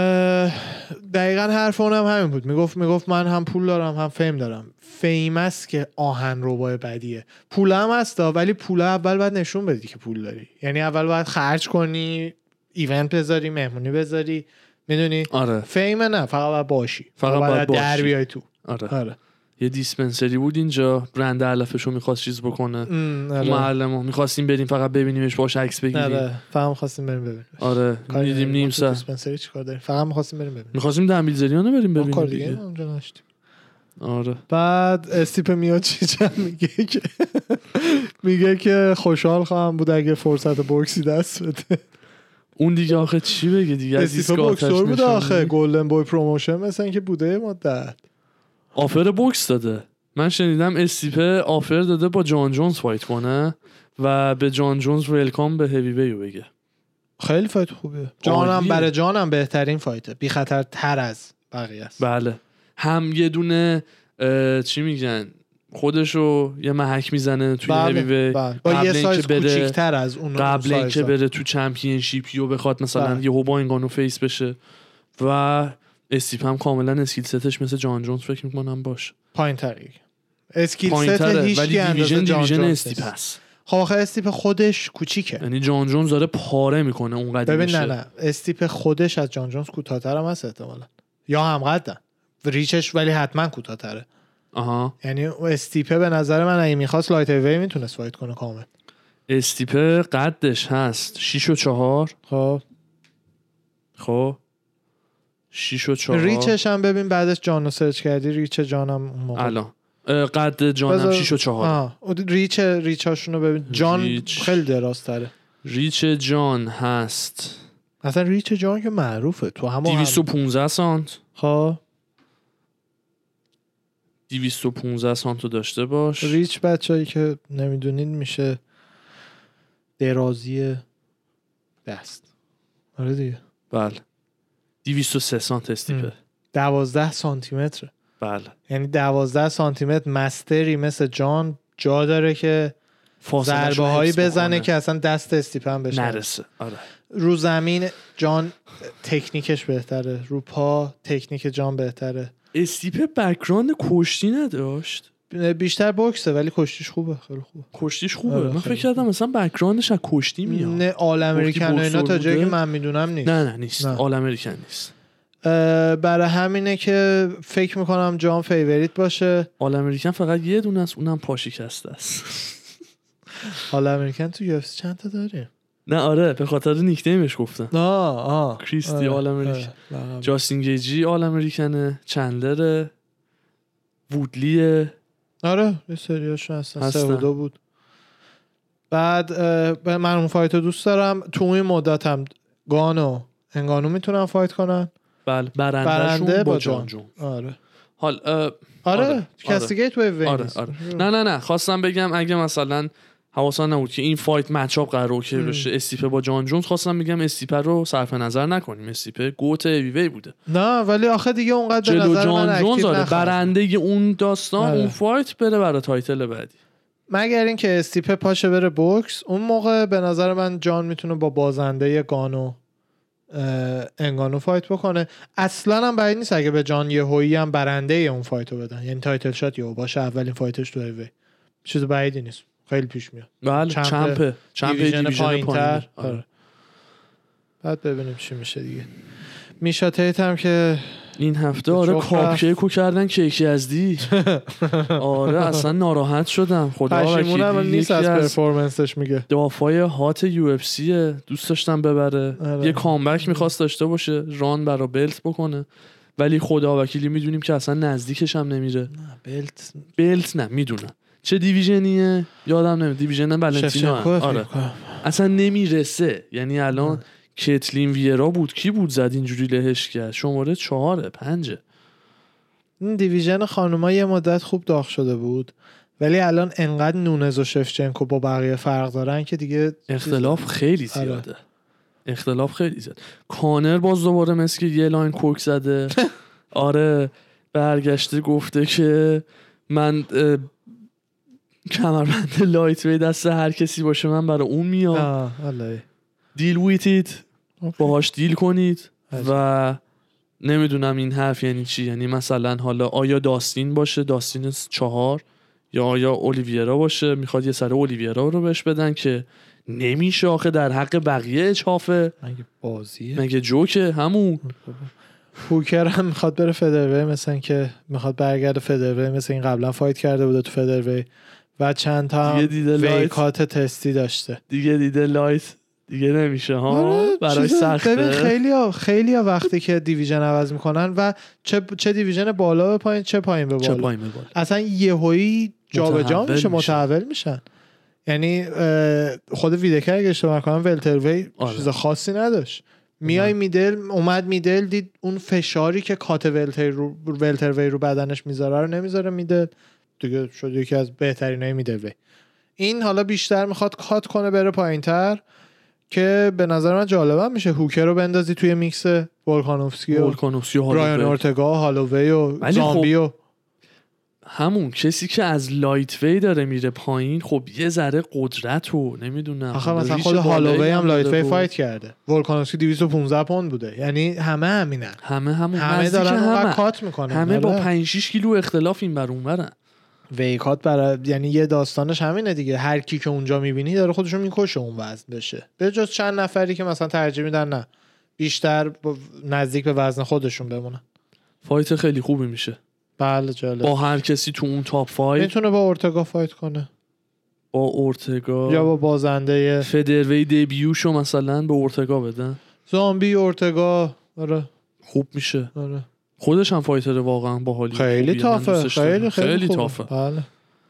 دقیقاً حرف اونم همین بود، میگفت میگفت من هم پول دارم هم فیم دارم. فیم است که آهن ربای بدیه، پول هم هست ولی پول اول باید نشون بدی که پول داری، یعنی اول باید خرج کنی، ایونت بذاری، مهمونی بذاری، میدونی. آره. فیم نه، فقط باید باشی، فقط باید باشی. در بیای تو. آره. آره. یه دیسپنسری بود اینجا، برند علفشو میخواست چیز بکنه. آره. محل ما میخواستیم بریم فقط ببینیمش، باش عکس بگیریم. آره فقط میخواستیم بریم ببینیم. آره دیدیم نیم ساعت. دیسپنسری چیکار داریم؟ فقط میخواستیم بریم ببینیم. میخواستیم دنبیلزریانو بریم ببینیم. کار دیگه اونجا داشتیم. آره. بعد استیپ میاد چیچم میگه که میگه که خوشحال خواهم بود اگه فرصت بوکسی دست بده. اون دیگه آخه چی بگه دیگه؟ استیپ بوکسور بود آخه، گلدن بوی پروموشن مثلا که بوده مدت. آفر بوکس داده. من شنیدم استیپه آفر داده با جان جونز فایت کنه و به جان جونز ویلکام به هیوی ویو بگه. خیلی فایت خوبه. جانم برای جانم بهترین فایته، بی خطر تر از بقیه است. بله. هم یه دونه چی میگن خودشو یه محک میزنه توی بله. هیوی وی بله. با یه سایز کوچیک‌تر از اون قبل اینکه بره تو چمپیونشیپ یا بخواد مثلا بله. یهو با اینگانو فیس بشه. و استیپ هم کاملا اسکیل ستش مثل جان جونز فکر میکنم باشه، پایین تره اسکیل ست هیچ کی اندازه جان جونز استیپ هست. خب آخه استیپ خودش کوچیکه، یعنی جان جونز داره پاره میکنه اونقدر. ببین نه نه استیپ خودش از جان جونز کوتاه‌تر هم هست احتمالاً، یا هم قدن ریچش ولی حتما کوتاه‌تره. آها. یعنی استیپ به نظر من اگه می‌خواست لایت وی میتونست فایت کنه کامل. استیپ قدش هست شش و چهار. خب خب شش و چهار. ریچش هم ببین بعدش جانو سرچ کردی، ریچ جانم اون موقع الان قد جانم شش و چهار. آه. ریچ ریچاشونو ببین، جان ریچ. خیلی درازتره. ریچ جان هست اصلا ریچ جان که معروفه تو همون دویست و پانزده سانت. خب دویست و پانزده سانت داشته باش. ریچ بچه‌ای که نمیدونین میشه درازی دست. آره دیگه. بله. دویست و سه سانت استیپه. دوازده سانتی متره. بله. یعنی دوازده سانتی متر مستری مثل جان جا داره که ضربه هایی بزنه که اصلا دست استیپ هم بشه نرسه. آره. رو زمین جان تکنیکش بهتره، رو پا تکنیک جان بهتره. استیپ بک‌گراند کشتی نداشت، بیشتر بوکسه ولی کشتیش خوبه، خیلی خوبه. کشتیش خوبه. من فکر کردم مثلا بک‌گراندش از کشتی میاد. نه آل امریکن اینا تا جایی که من میدونم نیست. نه نه نیست، آل امریکن نیست. برای همینه که فکر میکنم جان فیوریت باشه. آل امریکن فقط یه دونه است، اونم پاشیکسته است. آل امریکن تو یو اف سی چند تا داریم؟ نه آره به خاطر نیک‌نیمش گفتم. آه آه کریستی آل امریکن، جاستین گیجی آل امریکنه، چندلر، وودلیه. آره یه سریاشون هستن، سه و دو بود. بعد من اون فایت رو دوست دارم. تو این مدت هم گانو انگانو میتونن فایت کنن. بله برنده با جان جون. آره حال آره, آره. کاستیگیت و وینز. آره آره. نه نه نه خواستم بگم اگه مثلا حواسم نبود که این فایت مچ اپ قراره که بشه استیپه با جان جونز، خواستم بگم استیپه رو صرف نظر نکنیم، استیپه گوت ایوی بوده. نه ولی آخه دیگه اونقدر به نظر جان من جونز آره برنده اون داستان آره. اون فایت بره برای تایتل بعدی، مگر این که استیپه پاشه بره بوکس. اون موقع به نظر من جان میتونه با بازنده گانو انگانو فایت بکنه. اصلا هم بعید نیست اگه به جان یهویی هم برنده اون فایتو بدن، یعنی تایتل شات یهو باشه اولین فایتش تو هیوی، چیز بعیدی نیست، خیلی پیش میاد. بله چمپ چمپ دیویژن پایینتر. آره. بعد ببینیم چی میشه دیگه. میشا تیت هم که این هفته آره کاپکیکو کردن کیکی ازدی. آره اصلا ناراحت شدم خدا وکیلی. نیست از پرفورمنسش میگه دافای هات یو اف سی دوست داشتم ببره. آره. یه کامبک میخواست داشته باشه ران برا بلت بکنه، ولی خدا وکیلی میدونیم که اصلا نزدیکش هم نمیره. نه بلت بلت نه میدونم چه دیویژنیه یادم نمیاد. دیویژن ولنتینا. آره اصلا نمیرسه. یعنی الان کتلین ویرا بود کی بود زد اینجوری لهش کرد. شماره چهاره پنجه. این دیویژن خانوما یه مدت خوب داغ شده بود، ولی الان انقدر نونز و شفچنکو با بقیه فرق دارن که دیگه اختلاف خیلی زیاده. آره. اختلاف خیلی زیاد. کانر باز دوباره مثل که یه لاین کوک زده. آره برگشته گفته که من کمربند لایت وی دست هر کسی باشه من برای اون میام. دیل ویتید باهاش دیل کنید. و نمیدونم این حرف یعنی چی. یعنی مثلا حالا آیا داستین باشه، داستین چهار، یا آیا اولیویرا باشه. میخواد یه سر اولیویرا رو بهش بدن که نمیشه آخه در حق بقیه اچافه. مگه بازیه مگه جوکه همون. هوکر هم میخواد بره فدروی، مثلا که میخواد برگرده فدروی، مثلا این قبلا فایت کرده بوده تو فدروی و چند تا ویکات تستی داشته. دیگه دیده لایت دیگه نمیشه ها. برای سخته. ببین خیلی ها خیلی ها وقتی که دیویژن عوض میکنن و چه چه دیویژن بالا به پایین چه پایین به بالا, پایین به بالا. اصلا یهویی جابجا میشه، متحول میشن. یعنی خود ویدکر اگه اشتباه نکنم ولتروی آره. چیز خاصی نداشت. میای میدل اومد میدل دید اون فشاری که کات ولتر رو ولتروی رو بدنش میذاره رو نمیذاره میدل دیگه، شد یکی از بهترینای میدل. این حالا بیشتر میخواد کات کنه بره پایینتر که به نظر من جالبم میشه. هوکر رو بندازی توی میکس ولکانوفسکی و برایان اورتگا، هالووی و زامبی و همون کسی که از لایت وی داره میره پایین. خب یه ذره قدرت و نمیدونم. آخه مثلا خود هالووی هم لایت وی فایت کرده. ولکانوفسکی دویست و پانزده پوند بوده. یعنی همه همینن. همه همون همه دارن اونقدر کات میکنن. همه با پنج شش کیلو اختلاف این بر اون برن. ویکات برای یعنی یه داستانش همینه دیگه. هر کی که اونجا میبینی داره خودشو میکشه اون وزن بشه، به جز چند نفری که مثلا ترجیح میدن نه بیشتر نزدیک به وزن خودشون بمونن. فایت خیلی خوبی میشه. بله جالب. با هر کسی تو اون تاپ فایت میتونه با اورتگا فایت کنه، با اورتگا یا با بازنده فدروی دیبیوشو مثلا به اورتگا بدن. زامبی اورتگا آره خوب میشه. آره خودش هم فایتر واقعا باحالی. خیلی تافه. خیلی خیلی, خیلی تافه. بله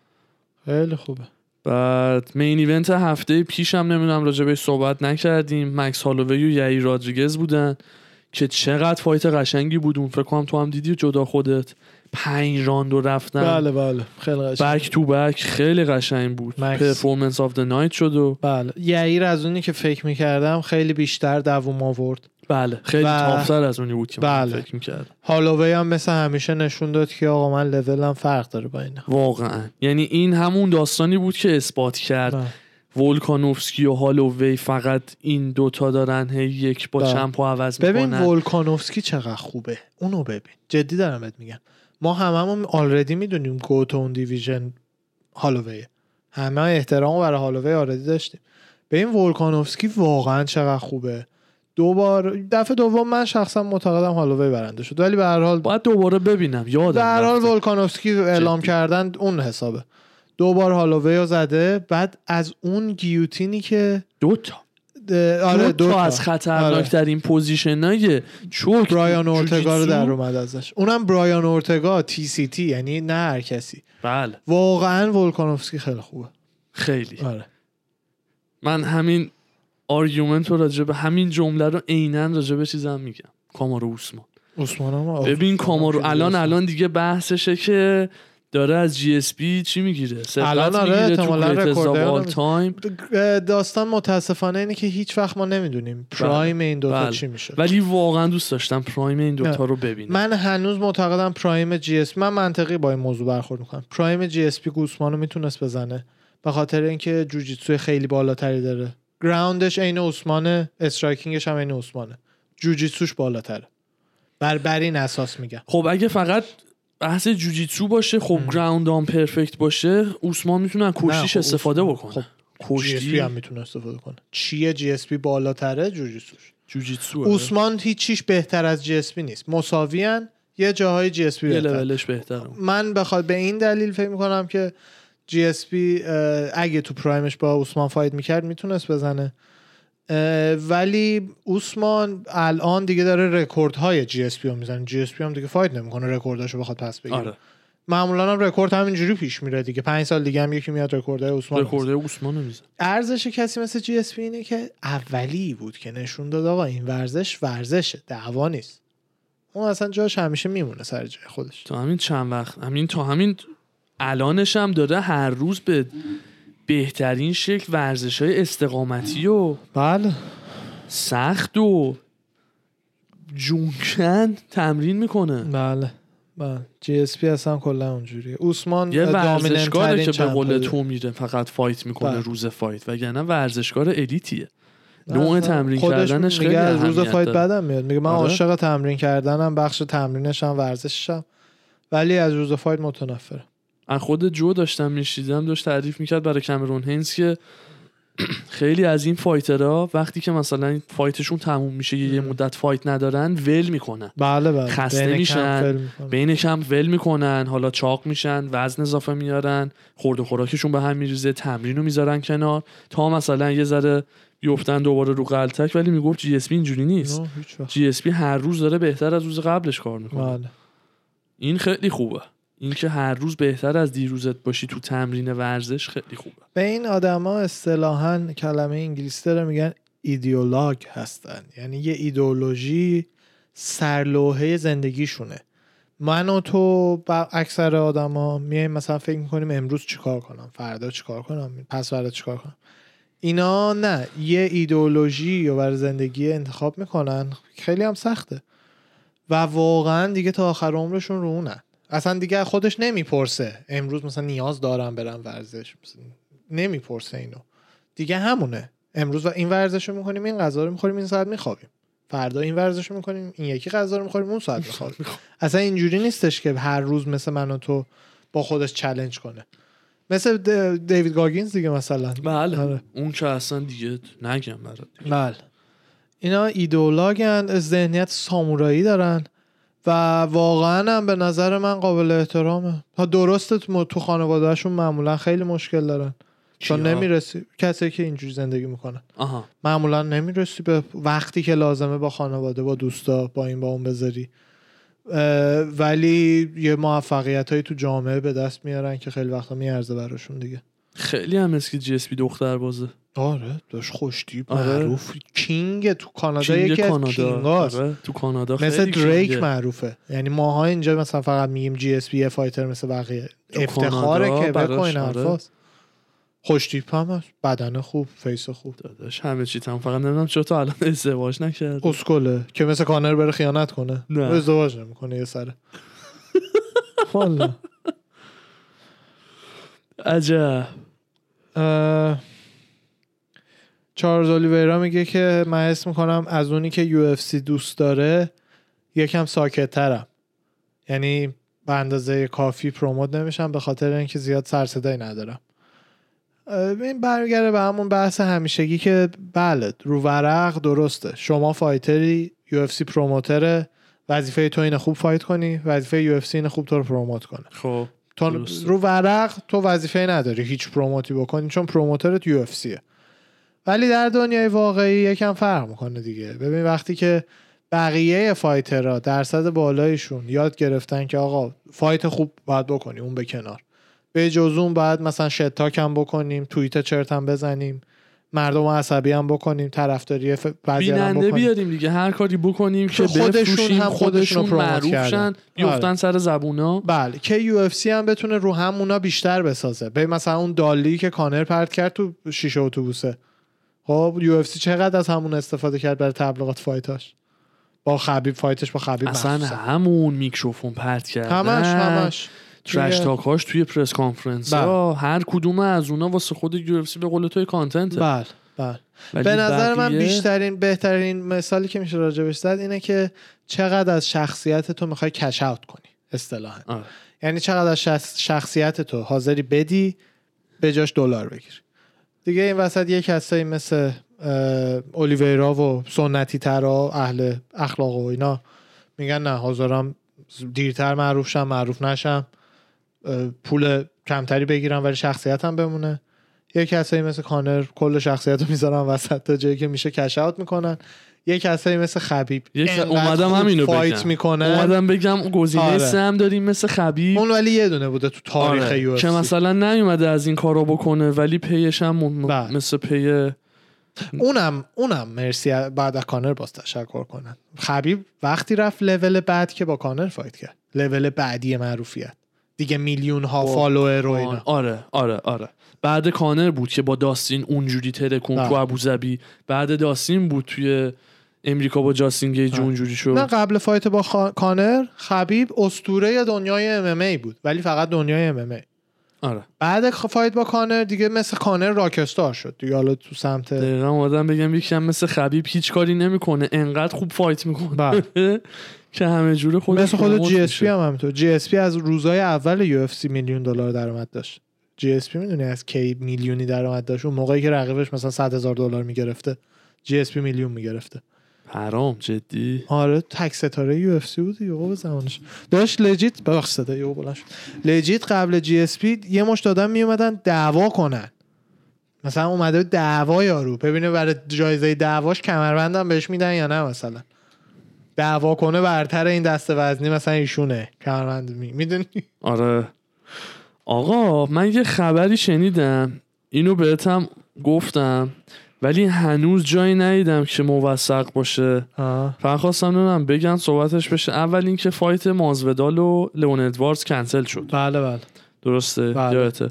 خیلی خوبه. بعد مین ایونت هفته پیشم نمیدونم راجع بهش صحبت نکردیم. مکس هالووی و یعی رادریگز بودن که چقدر فایت قشنگی بود اون. فکر کنم تو هم دیدی جدا خودت. پنج راندو رفتن. بله بله خیلی قشنگ. بک تو بک خیلی قشنگ بود. پرفورمنس آف د نایت شد و بله یعی از اونی که فکر می‌کردم خیلی بیشتر دووم آورد. بله خیلی و... تاف‌تر از اونی بود که بله. من فکر می‌کردم. هالووی هم مثل همیشه نشون داد که آقا من لولم فرق داره با اینا. واقعا یعنی این همون داستانی بود که اثبات کرد. بله. ولکانوفسکی و هالووی فقط این دوتا دارن هی یک با چمپو عوض میکنن. ببین ولکانوفسکی چقدر خوبه اونو ببین، جدی دارم بهت میگم. ما هممون آلردی میدونیم گو تو اون دیویژن هالووی، همه احترام برای هالووی آلردی داشتیم. ببین ولکانوفسکی واقعا چقدر خوبه. دو بار دفعه دوم من شخصا معتقدم هالووی برنده شد، ولی به هر حال باید دوباره ببینم. یادم به هر حال ولکانوفسکی اعلام جدی. کردن اون حسابه. دو بار هالووی رو زده، بعد از اون گیوتینی که دو تا آره دو تا از خطرناکترین آره. پوزیشنای چوک برایان اورتگا رو در اومد ازش. اونم برایان اورتگا تی سی تی، یعنی نه هر کسی. بله واقعا ولکانوفسکی خیلی خوبه. خیلی آره. من همین آرگومنت رو راجع به همین جمله رو عیناً راجع به چیزام میگم. کامارو عثمان عثمان هم ببین کامارو الان الان دیگه بحثشه که داره از جی اس پی چی میگیره؟ الان آره احتمالاً رکورد. داستان متاسفانه اینه که هیچ وقت ما نمیدونیم پرایم این دوتا چی میشه. ولی واقعا دوست داشتم پرایم این دوتا رو ببینم. من هنوز معتقدم پرایم جی اس پی، من منطقی با این موضوع برخورد میکنم، پرایم جی اس پی گوسمانو میتونست بزنه به خاطر اینکه جوجیتسو خیلی بالاتری داره. گراوندش عین عثمانه، استرایکینگش هم عین عثمانه. جوجیتسوش بالاتره. بر بر این اساس میگم. خب اگه فقط بحث جوجیتسو باشه، خب گراوند آن پرفکت باشه، عثمان میتونه کشتیش استفاده بکنه. خب جی اس پی هم میتونه استفاده کنه. چیه جی اس پی بالاتره؟ جوجیتسوش. جوجیتسو عثمان هیچ چیش بهتر از جی اس پی نیست، مساویان، یه جاهای جی اس پی یه بهتر. لولش بهتره. من بخواد به این دلیل فکر میکنم که جی اس پی اگه تو پرایمش با عثمان فایت میکرد میتونست بزنه، ولی عثمان الان دیگه داره رکوردهای جی اس پی رو میزنه. جی اس پی هم دیگه فایت نمیکنه رکورداشو بخواد پس بگیره. آره. معمولا هم رکورد همینجوری پیش میره دیگه. پنج سال دیگه هم یکی میاد رکوردهای عثمان رکوردهای عثمان میزنه. ارزش کسی مثل جی اس پی اینه که اولی بود که نشون داد آقا این ورزش ورزشه، دعوا نیست. اون اصلا جاش همیشه میمونه سر جای خودش. تا همین چند وقت همین تا همین الانش هم داره هر روز به بهترین شکل ورزش‌های استقامتی و بله سخت و جونکن تمرین میکنه. بله بله جی اس پی اصلا کلا اونجوریه. عثمان یه ورزشکاره که به قول پایده. تو میره فقط فایت میکنه بله. روز فایت، وگرنه ورزشکار الیتیه. نوع تمرین خودش کردنش خیلی میگه از روز اهمیت فایت داره. بدم میاد، میگه من آره. عاشق تمرین کردنم، بخش تمرینشم ورزششم، ولی از روز فایت متنفره. از خود جو داشتم میشیدم داشت تعریف میکرد برای کامرون هینز که خیلی از این فایترها وقتی که مثلا فایتشون تموم میشه یه مدت فایت ندارن ول میکنن. بله بله خسته بین میشن، کم بین کم ول میکنن، حالا چاق میشن، وزن اضافه میارن، خورد و خوراکشون به هم میریزه، تمرین رو میذارن کنار تا مثلا یه ذره بیفتن دوباره رو غلطک. ولی میگفت جی اس پی اینجوری نیست. جی اس پی هر روز داره بهتر از روز قبلش کار میکنه. بله. این خیلی خوبه. این که هر روز بهتر از دیروزت باشی تو تمرین ورزش خیلی خوبه. به این آدما اصطلاحاً کلمه انگلیسی داره میگن ایدئولوگ هستن، یعنی یه ایدئولوژی سرلوحه زندگیشونه. من و تو با اکثر آدما میایم مثلا فکر میکنیم امروز چیکار کنم، فردا چیکار کنم، پس فردا چیکار کنم. اینا نه، یه ایدئولوژی رو برای زندگی انتخاب میکنن، خیلی هم سخته و واقعا دیگه تا آخر عمرشون رو اونن. اصلا دیگه خودش نمیپرسه امروز مثلا نیاز دارم برم ورزش، نمیپرسه اینو دیگه، همونه. امروز این ورزش رو میکنیم، این غذا رو میخوریم، این ساعت میخوابیم، فردا این ورزش رو میکنیم، این یکی غذا رو میخوریم، اون ساعت میخوابیم. اصلا اینجوری نیستش که هر روز مثل من و تو با خودش چالش کنه، مثل دیوید گاگینز دیگه مثلا. بله آره. اون که اصلا دیگه نگم برات. بله اینا ایدئولوژن، ذهنیت سامورایی دارن و واقعا هم به نظر من قابل احترامه. ها درسته تو خانوادهشون معمولا خیلی مشکل دارن چون نمیرسی، کسی که اینجوری زندگی میکنن آها. معمولا نمیرسی به وقتی که لازمه با خانواده، با دوستا، با این با اون بذاری، ولی یه موفقیت هایی تو جامعه به دست میارن که خیلی وقتا میارزه براشون دیگه. خیلی هم اسکی جی اس پی دختر بازه. آره داشت خوشتی آره. معروف کینگ تو کانادا، یکی از کینگاست. آره. تو کانادا مثل دریک کینگه. معروفه. یعنی ماها اینجا مثلا فقط میگیم جی اس پی فایتر مثل بقیه، افتخاره که بکن این حرفاست. خوش تیپ هم هست، بدن خوب، فیس خوب، داداش همه چی تمام. فقط نمیدونم چرا تا الان ازدواج نکرد. اسکله که مثل کانر بره خیانت کنه. نه. ازدواج نمیکنه یه سره. والا عجب. چارلز اولیویرا میگه که من حس میکنم از اونی که یو اف سی دوست داره یکم ساکت‌ترم، یعنی به اندازه کافی پروموت نمیشم به خاطر اینکه زیاد سر صدایی ندارم. این برمیگره به همون بحث همیشگی که بله رو ورق درسته، شما فایتری، یو اف سی پروموتره، وظیفه تو اینه خوب فایت کنی، وظیفه یو اف سی اینه خوب تو رو پروموت کنه. خب تو رو ورق تو وظیفه نداری هیچ پروموتی بکنی چون پروموترت یو اف سیه، ولی در دنیای واقعی یکم فرق میکنه دیگه. ببین وقتی که بقیه فایترها درصد بالایشون یاد گرفتن که آقا فایت خوب باید بکنی، اون به کنار، به جز اون باید مثلا شت تاک هم بکنیم، توییت چرت هم بزنیم، مردم عصبی هم بکنیم، طرفداری ف... بعضی هم بکنیم، بیاریم دیگه، هر کاری بکنیم که خودشون هم خودشون معروف شن، بیفتن آره. سر زبونا. بله که یو اف سی هم بتونه رو همونا بیشتر بسازه. به مثلا اون دالی که کانر پرت کرد تو شیشه اتوبوسه، خب یو اف سی چقدر از همون استفاده کرد برای تبلیغات فایتاش، با خبیب فایتش با خبیب اصلا مخصوصا. همون میکروفون پرت کردن، همش همش ترش تاکاش توی پرس کانفرنس ها، هر کدوم از اونا واسه خود یو اف سی به قول توی کانتنت. بله بله. به نظر من بیشترین بهترین مثالی که میشه راجبش زد اینه که چقدر از شخصیت تو میخوای کش اوت کنی اصطلاحاً. یعنی چقدر از شخصیت تو حاضری بدی به جاش دلار بگیری. دیگه این وسط یک کسایی مثل اولیویرا و سنتی ترا اهل اخلاق و اینا میگن نه حاضرم دیرتر معروف شم معروف نشم پول کمتری بگیرم ولی شخصیتم بمونه. یک کسایی مثل کانر کل شخصیتو میذارن وسط تا جایی که میشه کش اوت میکنن. یک کسایی مثل خبیب اومدم همینو فایت میکنه اومدم بگم گزینه آره. سه هم داریم مثل خبیب اون ولی یه دونه بوده تو تاریخ آره. یو اف سی که مثلا نیومده از این کارو بکنه ولی پیش هم م... مثل پی اونم اونم مرسی بعد از کانر باز تشکر کنن. خبیب وقتی رفت لول بعد که با کانر فایت کرد لول بعدی معروفیت دیگه میلیون ها فالوور و اینا آره آره آره بعد کانر بود که با داستین اونجوری ترکون تو ابوظبی بعد داستین بود توی امریکا با جاستین گیج اونجوری شد. نه قبل فایت با خا... کانر خبیب اسطوره دنیای ام ام ای بود ولی فقط دنیای ام ام ای. آره بعد فایت با کانر دیگه مثل کانر راکستار شد دیگه. حالا تو سمت دقیقاً آدم بگم یکم مثل خبیب هیچ کاری نمیکنه انقدر خوب فایت میکنه که همه جوره خودش مثل خود جی اس پی هم همینطور. جی اس پی از روزهای اول یو اف سی میلیون دلار درآمد داشت. جی اس پی میدونی از کی میلیونی درآمد داشت؟ اون موقعی که رقیبش مثلا صد هزار دلار میگرفته جی اس پی میلیون میگرفته. حرام جدی. آره تک ستاره یو اف سی بود دیگه به زمانش داشت لجیت ببخش صدا یهو بلند شد لجیت قبل جی اس پی یه مشت آدم می اومدن دعوا کنن مثلا اومده دعوا یارو ببینه برای جایزه دعواش کمربندم بهش میدن یا نه مثلا دعوا کنه برتر این دسته وزنی مثلا ایشونه کمربند می میدونی. آره آقا من یه خبری شنیدم اینو بهتم گفتم ولی هنوز جایی ندیدم که موثق باشه. فقط خواستم نونم بگم صحبتش بشه. اول این که فایت مازودال و لئون ادواردز کنسل شد. بله بله درسته بله. یادته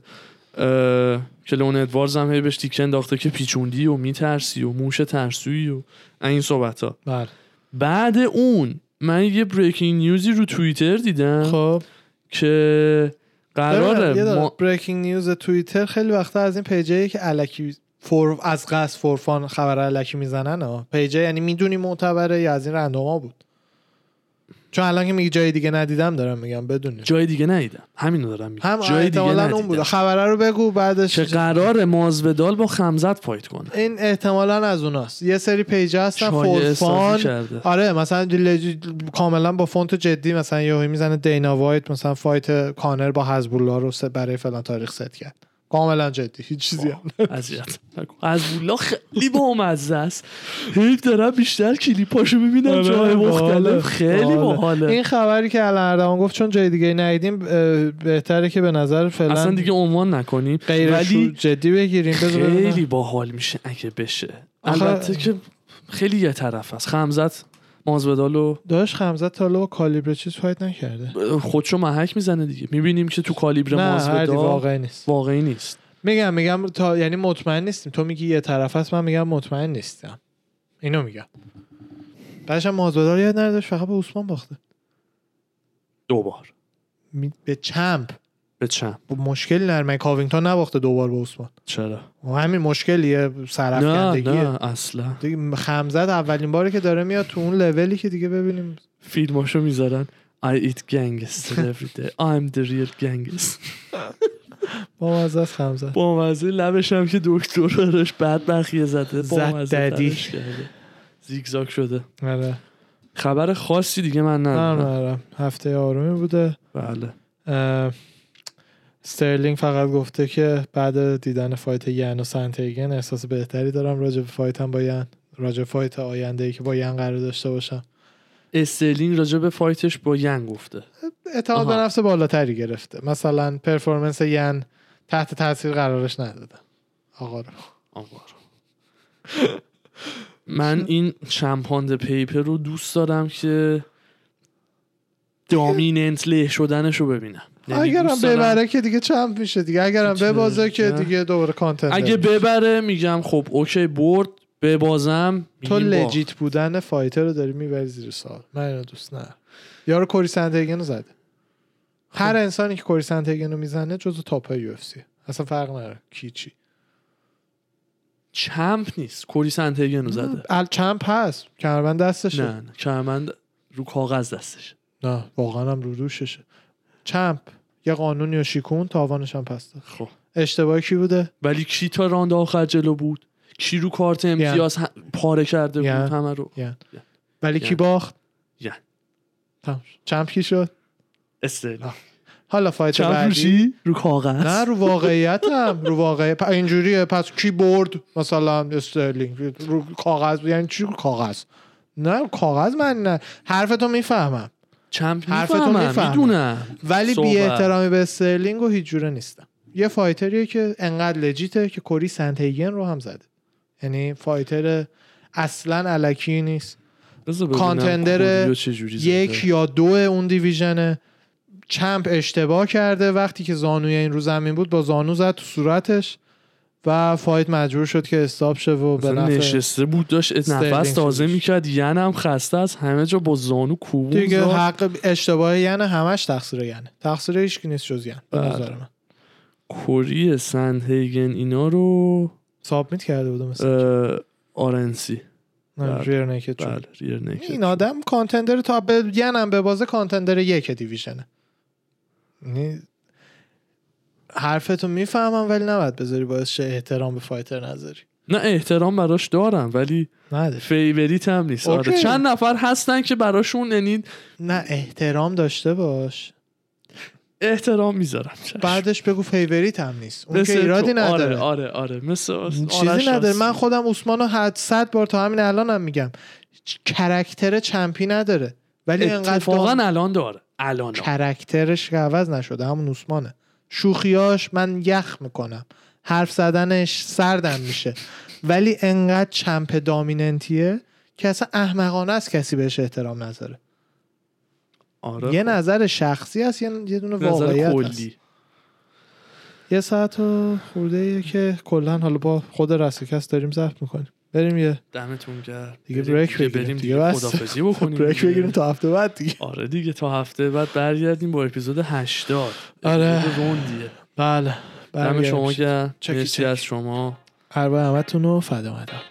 که لئون ادواردز هم هی بهش تیکه انداخته که پیچوندی و میترسی و موش ترسویی و این صحبت ها. بله. بعد اون من یه بریکینگ نیوزی رو توییتر دیدم خب که قراره ما... بریکینگ نیوز توییتر خیلی وقتا از این پیجایی که الکی فور از قصد فورفان خبر الکی میزنن ها پیجه یعنی میدونی معتبره یا از این رندوما بود؟ چون الان که میگی جای دیگه ندیدم دارم میگم بدونی جای دیگه ندیدم همینو دارم میگم هم جای دیگه ندیدم اون بود. خبره رو بگو بعدش که قراره مازودال با خمزت فایت کنه. این احتمالاً از اوناست. یه سری پیج هستن فورفان آره مثلا کاملا با فونت جدی مثلا یهو میزنه دینا وایت مثلا فایت کانر با حزب الله رو برای فلان تاریخ ست کرد کاملا جدی هیچ چیزی هم اذیت حزب الله خیلی بامزه است. هی دارم بیشتر کلیپاشو ببینم جای مختلف خیلی باحاله. این خبری که الان اردوان گفت چون جای دیگه ندیدیم بهتره که به نظر فعلا اصلا دیگه عنوان نکنیم ولی جدی بگیریم. خیلی باحال میشه اگه بشه. البته که خیلی یه طرف است. خمزت مازودالو داشت خمزت تا حالا با کالیبر چیز فایت نکرده خودشو محک میزنه دیگه. میبینیم که تو کالیبر مازودال واقعی نیست واقعی نیست. میگم میگم تا یعنی مطمئن نیستیم. تو میگی یه طرف است من میگم مطمئن نیستم اینو میگم. بعدش مازودال یاد نداشت فقط به عثمان باخته دوبار می... به چمپ به چمپ مشکلی نرمه کاوینگتون نباخته دوبار به عثمان. چرا؟ همین مشکلیه سرافکندگیه. نه نه اصلا دیگه خمزت اولین باره که داره میاد تو اون لولی که دیگه ببینیم فیلماشو میذارن I eat gangster every day I'm the real gangster. با مزه از خمزت با مزه لبش هم که دکتر دارش بعد بخیه زده زد ددی زیگزاگ شده. آره خبر خاصی دیگه من ندارم. آره هفته آرومی بوده. بله استرلینگ فقط گفته که بعد دیدن فایت یان و سنتیگن احساس بهتری دارم راجع به فایت هم با یان راجع فایت آینده‌ای که با یان قرار داشته باشم. استرلینگ راجع به فایتش با یان گفته اعتماد به نفس بالاتری گرفته. مثلا پرفورمنس یان تحت تاثیر قرارش نداده آقا رو آقا رو من این چمپاند پیپر رو دوست دارم که دامیننت له شدنش رو ببینم. اگرم ببره که دیگه چمپ میشه دیگه. اگرم ببازه که دیگه دوباره کانتنت. اگه ببره میگم خب اوکی برد ببازم. تو لجیت بودن فایتر رو داری میبری زیر سوال. من اینو دوست ندارم. یارو کوری سنتیگن رو زده. هر انسانی که کوری سنتیگن رو میزنه جزو تاپ های یو اف سی اصلا فرق نداره کی چی. چمپ نیست. کوری سنتهگن رو زده. ال چمپ هست، کمربند دستشه. نه نه کمربند رو کاغذ دستشه. نه واقعا هم رو دوششه. چمپ یه قانونی رو شیکون، تاوانش هم پس داد. خب اشتباهی کی بوده؟ ولی کی تا راند آخر جلو بود؟ کی رو کارت امتیاز هم... پاره کرده بود یعنی. همه رو؟ یعنی. ولی کی باخت؟ یعنی. تمام. چمپ کی شد؟ استرلینگ. حالا فایت چمپ بعدی رو کاغذ. نه رو واقعیت هم رو واقعیت اینجوریه. پس کی برد؟ مثلا استرلینگ. رو کاغذ یعنی چی رو کاغذ؟ نه رو کاغذ من نه حرفتو میفهمم. چمپ حرفتو میفهمم میدونم ولی بی احترامی به استرلینگ و هیچ جوره نیستم. یه فایتریه که انقدر لجیته که کوری سنتهگن رو هم زده. یعنی فایتر اصلا الکی نیست. کانتندر یک یا دو اون دیویژنه. چمپ اشتباه کرده وقتی که زانوی این رو زمین بود، با زانو زد تو صورتش و فایت مجبور شد که استاپ شه و به نفع نشسته بود داشت نفس تازه میکرد. یعنی هم خسته از همه جا با زانو کوبون دیگه زاد. حق اشتباه یعنی همش تقصیر یعنی تقصیر هیچ کی نیست جز یعنی به نظر من. کوری سنتهگن اینا رو سابمیت کرده بود مثلا آرنسی. ریر نیکد چون بله ریر نیکد. این آدم کانتندر تا به یعنی هم به بازه کانتندر یک دیویژنه. یعنی حرفتو میفهمم ولی نباید بذاری باعث شه احترام به فایتر نذاری. نه احترام براش دارم ولی نده. فیوریت هم نیست. آره چند نفر هستن که براشون یعنی نه احترام داشته باش. احترام میذارم. بعدش بگو فیوریت هم نیست. اون که ایرادی نداره. آره آره آره مثل چیزی نداره. من خودم عثمانو حد صد بار تا همین الانم هم میگم کرکتر چمپی نداره ولی انقدر اتفاقا الان داره. الان کرکترش که عوض نشده همون عثمانه. شوخیاش من یخ میکنم، حرف زدنش سردم میشه ولی انقدر چمپ دامیننتیه که اصلا احمقانه است کسی بهش احترام نذاره. آره یه نظر شخصی هست یه دونه واقعیت هست. یه ساعت و خورده ایه که کلا حالا با خود رسیکست داریم ضبط میکنیم. بریم یه دمتون گرم دیگه بریک بگیریم بریم دیگه دیگه خدافظی بکنیم. بریک بگیریم تا هفته بعد دیگه. آره دیگه تا هفته بعد برگردیم با اپیزود هشتاد. آره روندیه. بله دم شما گرم. مرسی از شما. هر با همتون رو فدا مدام.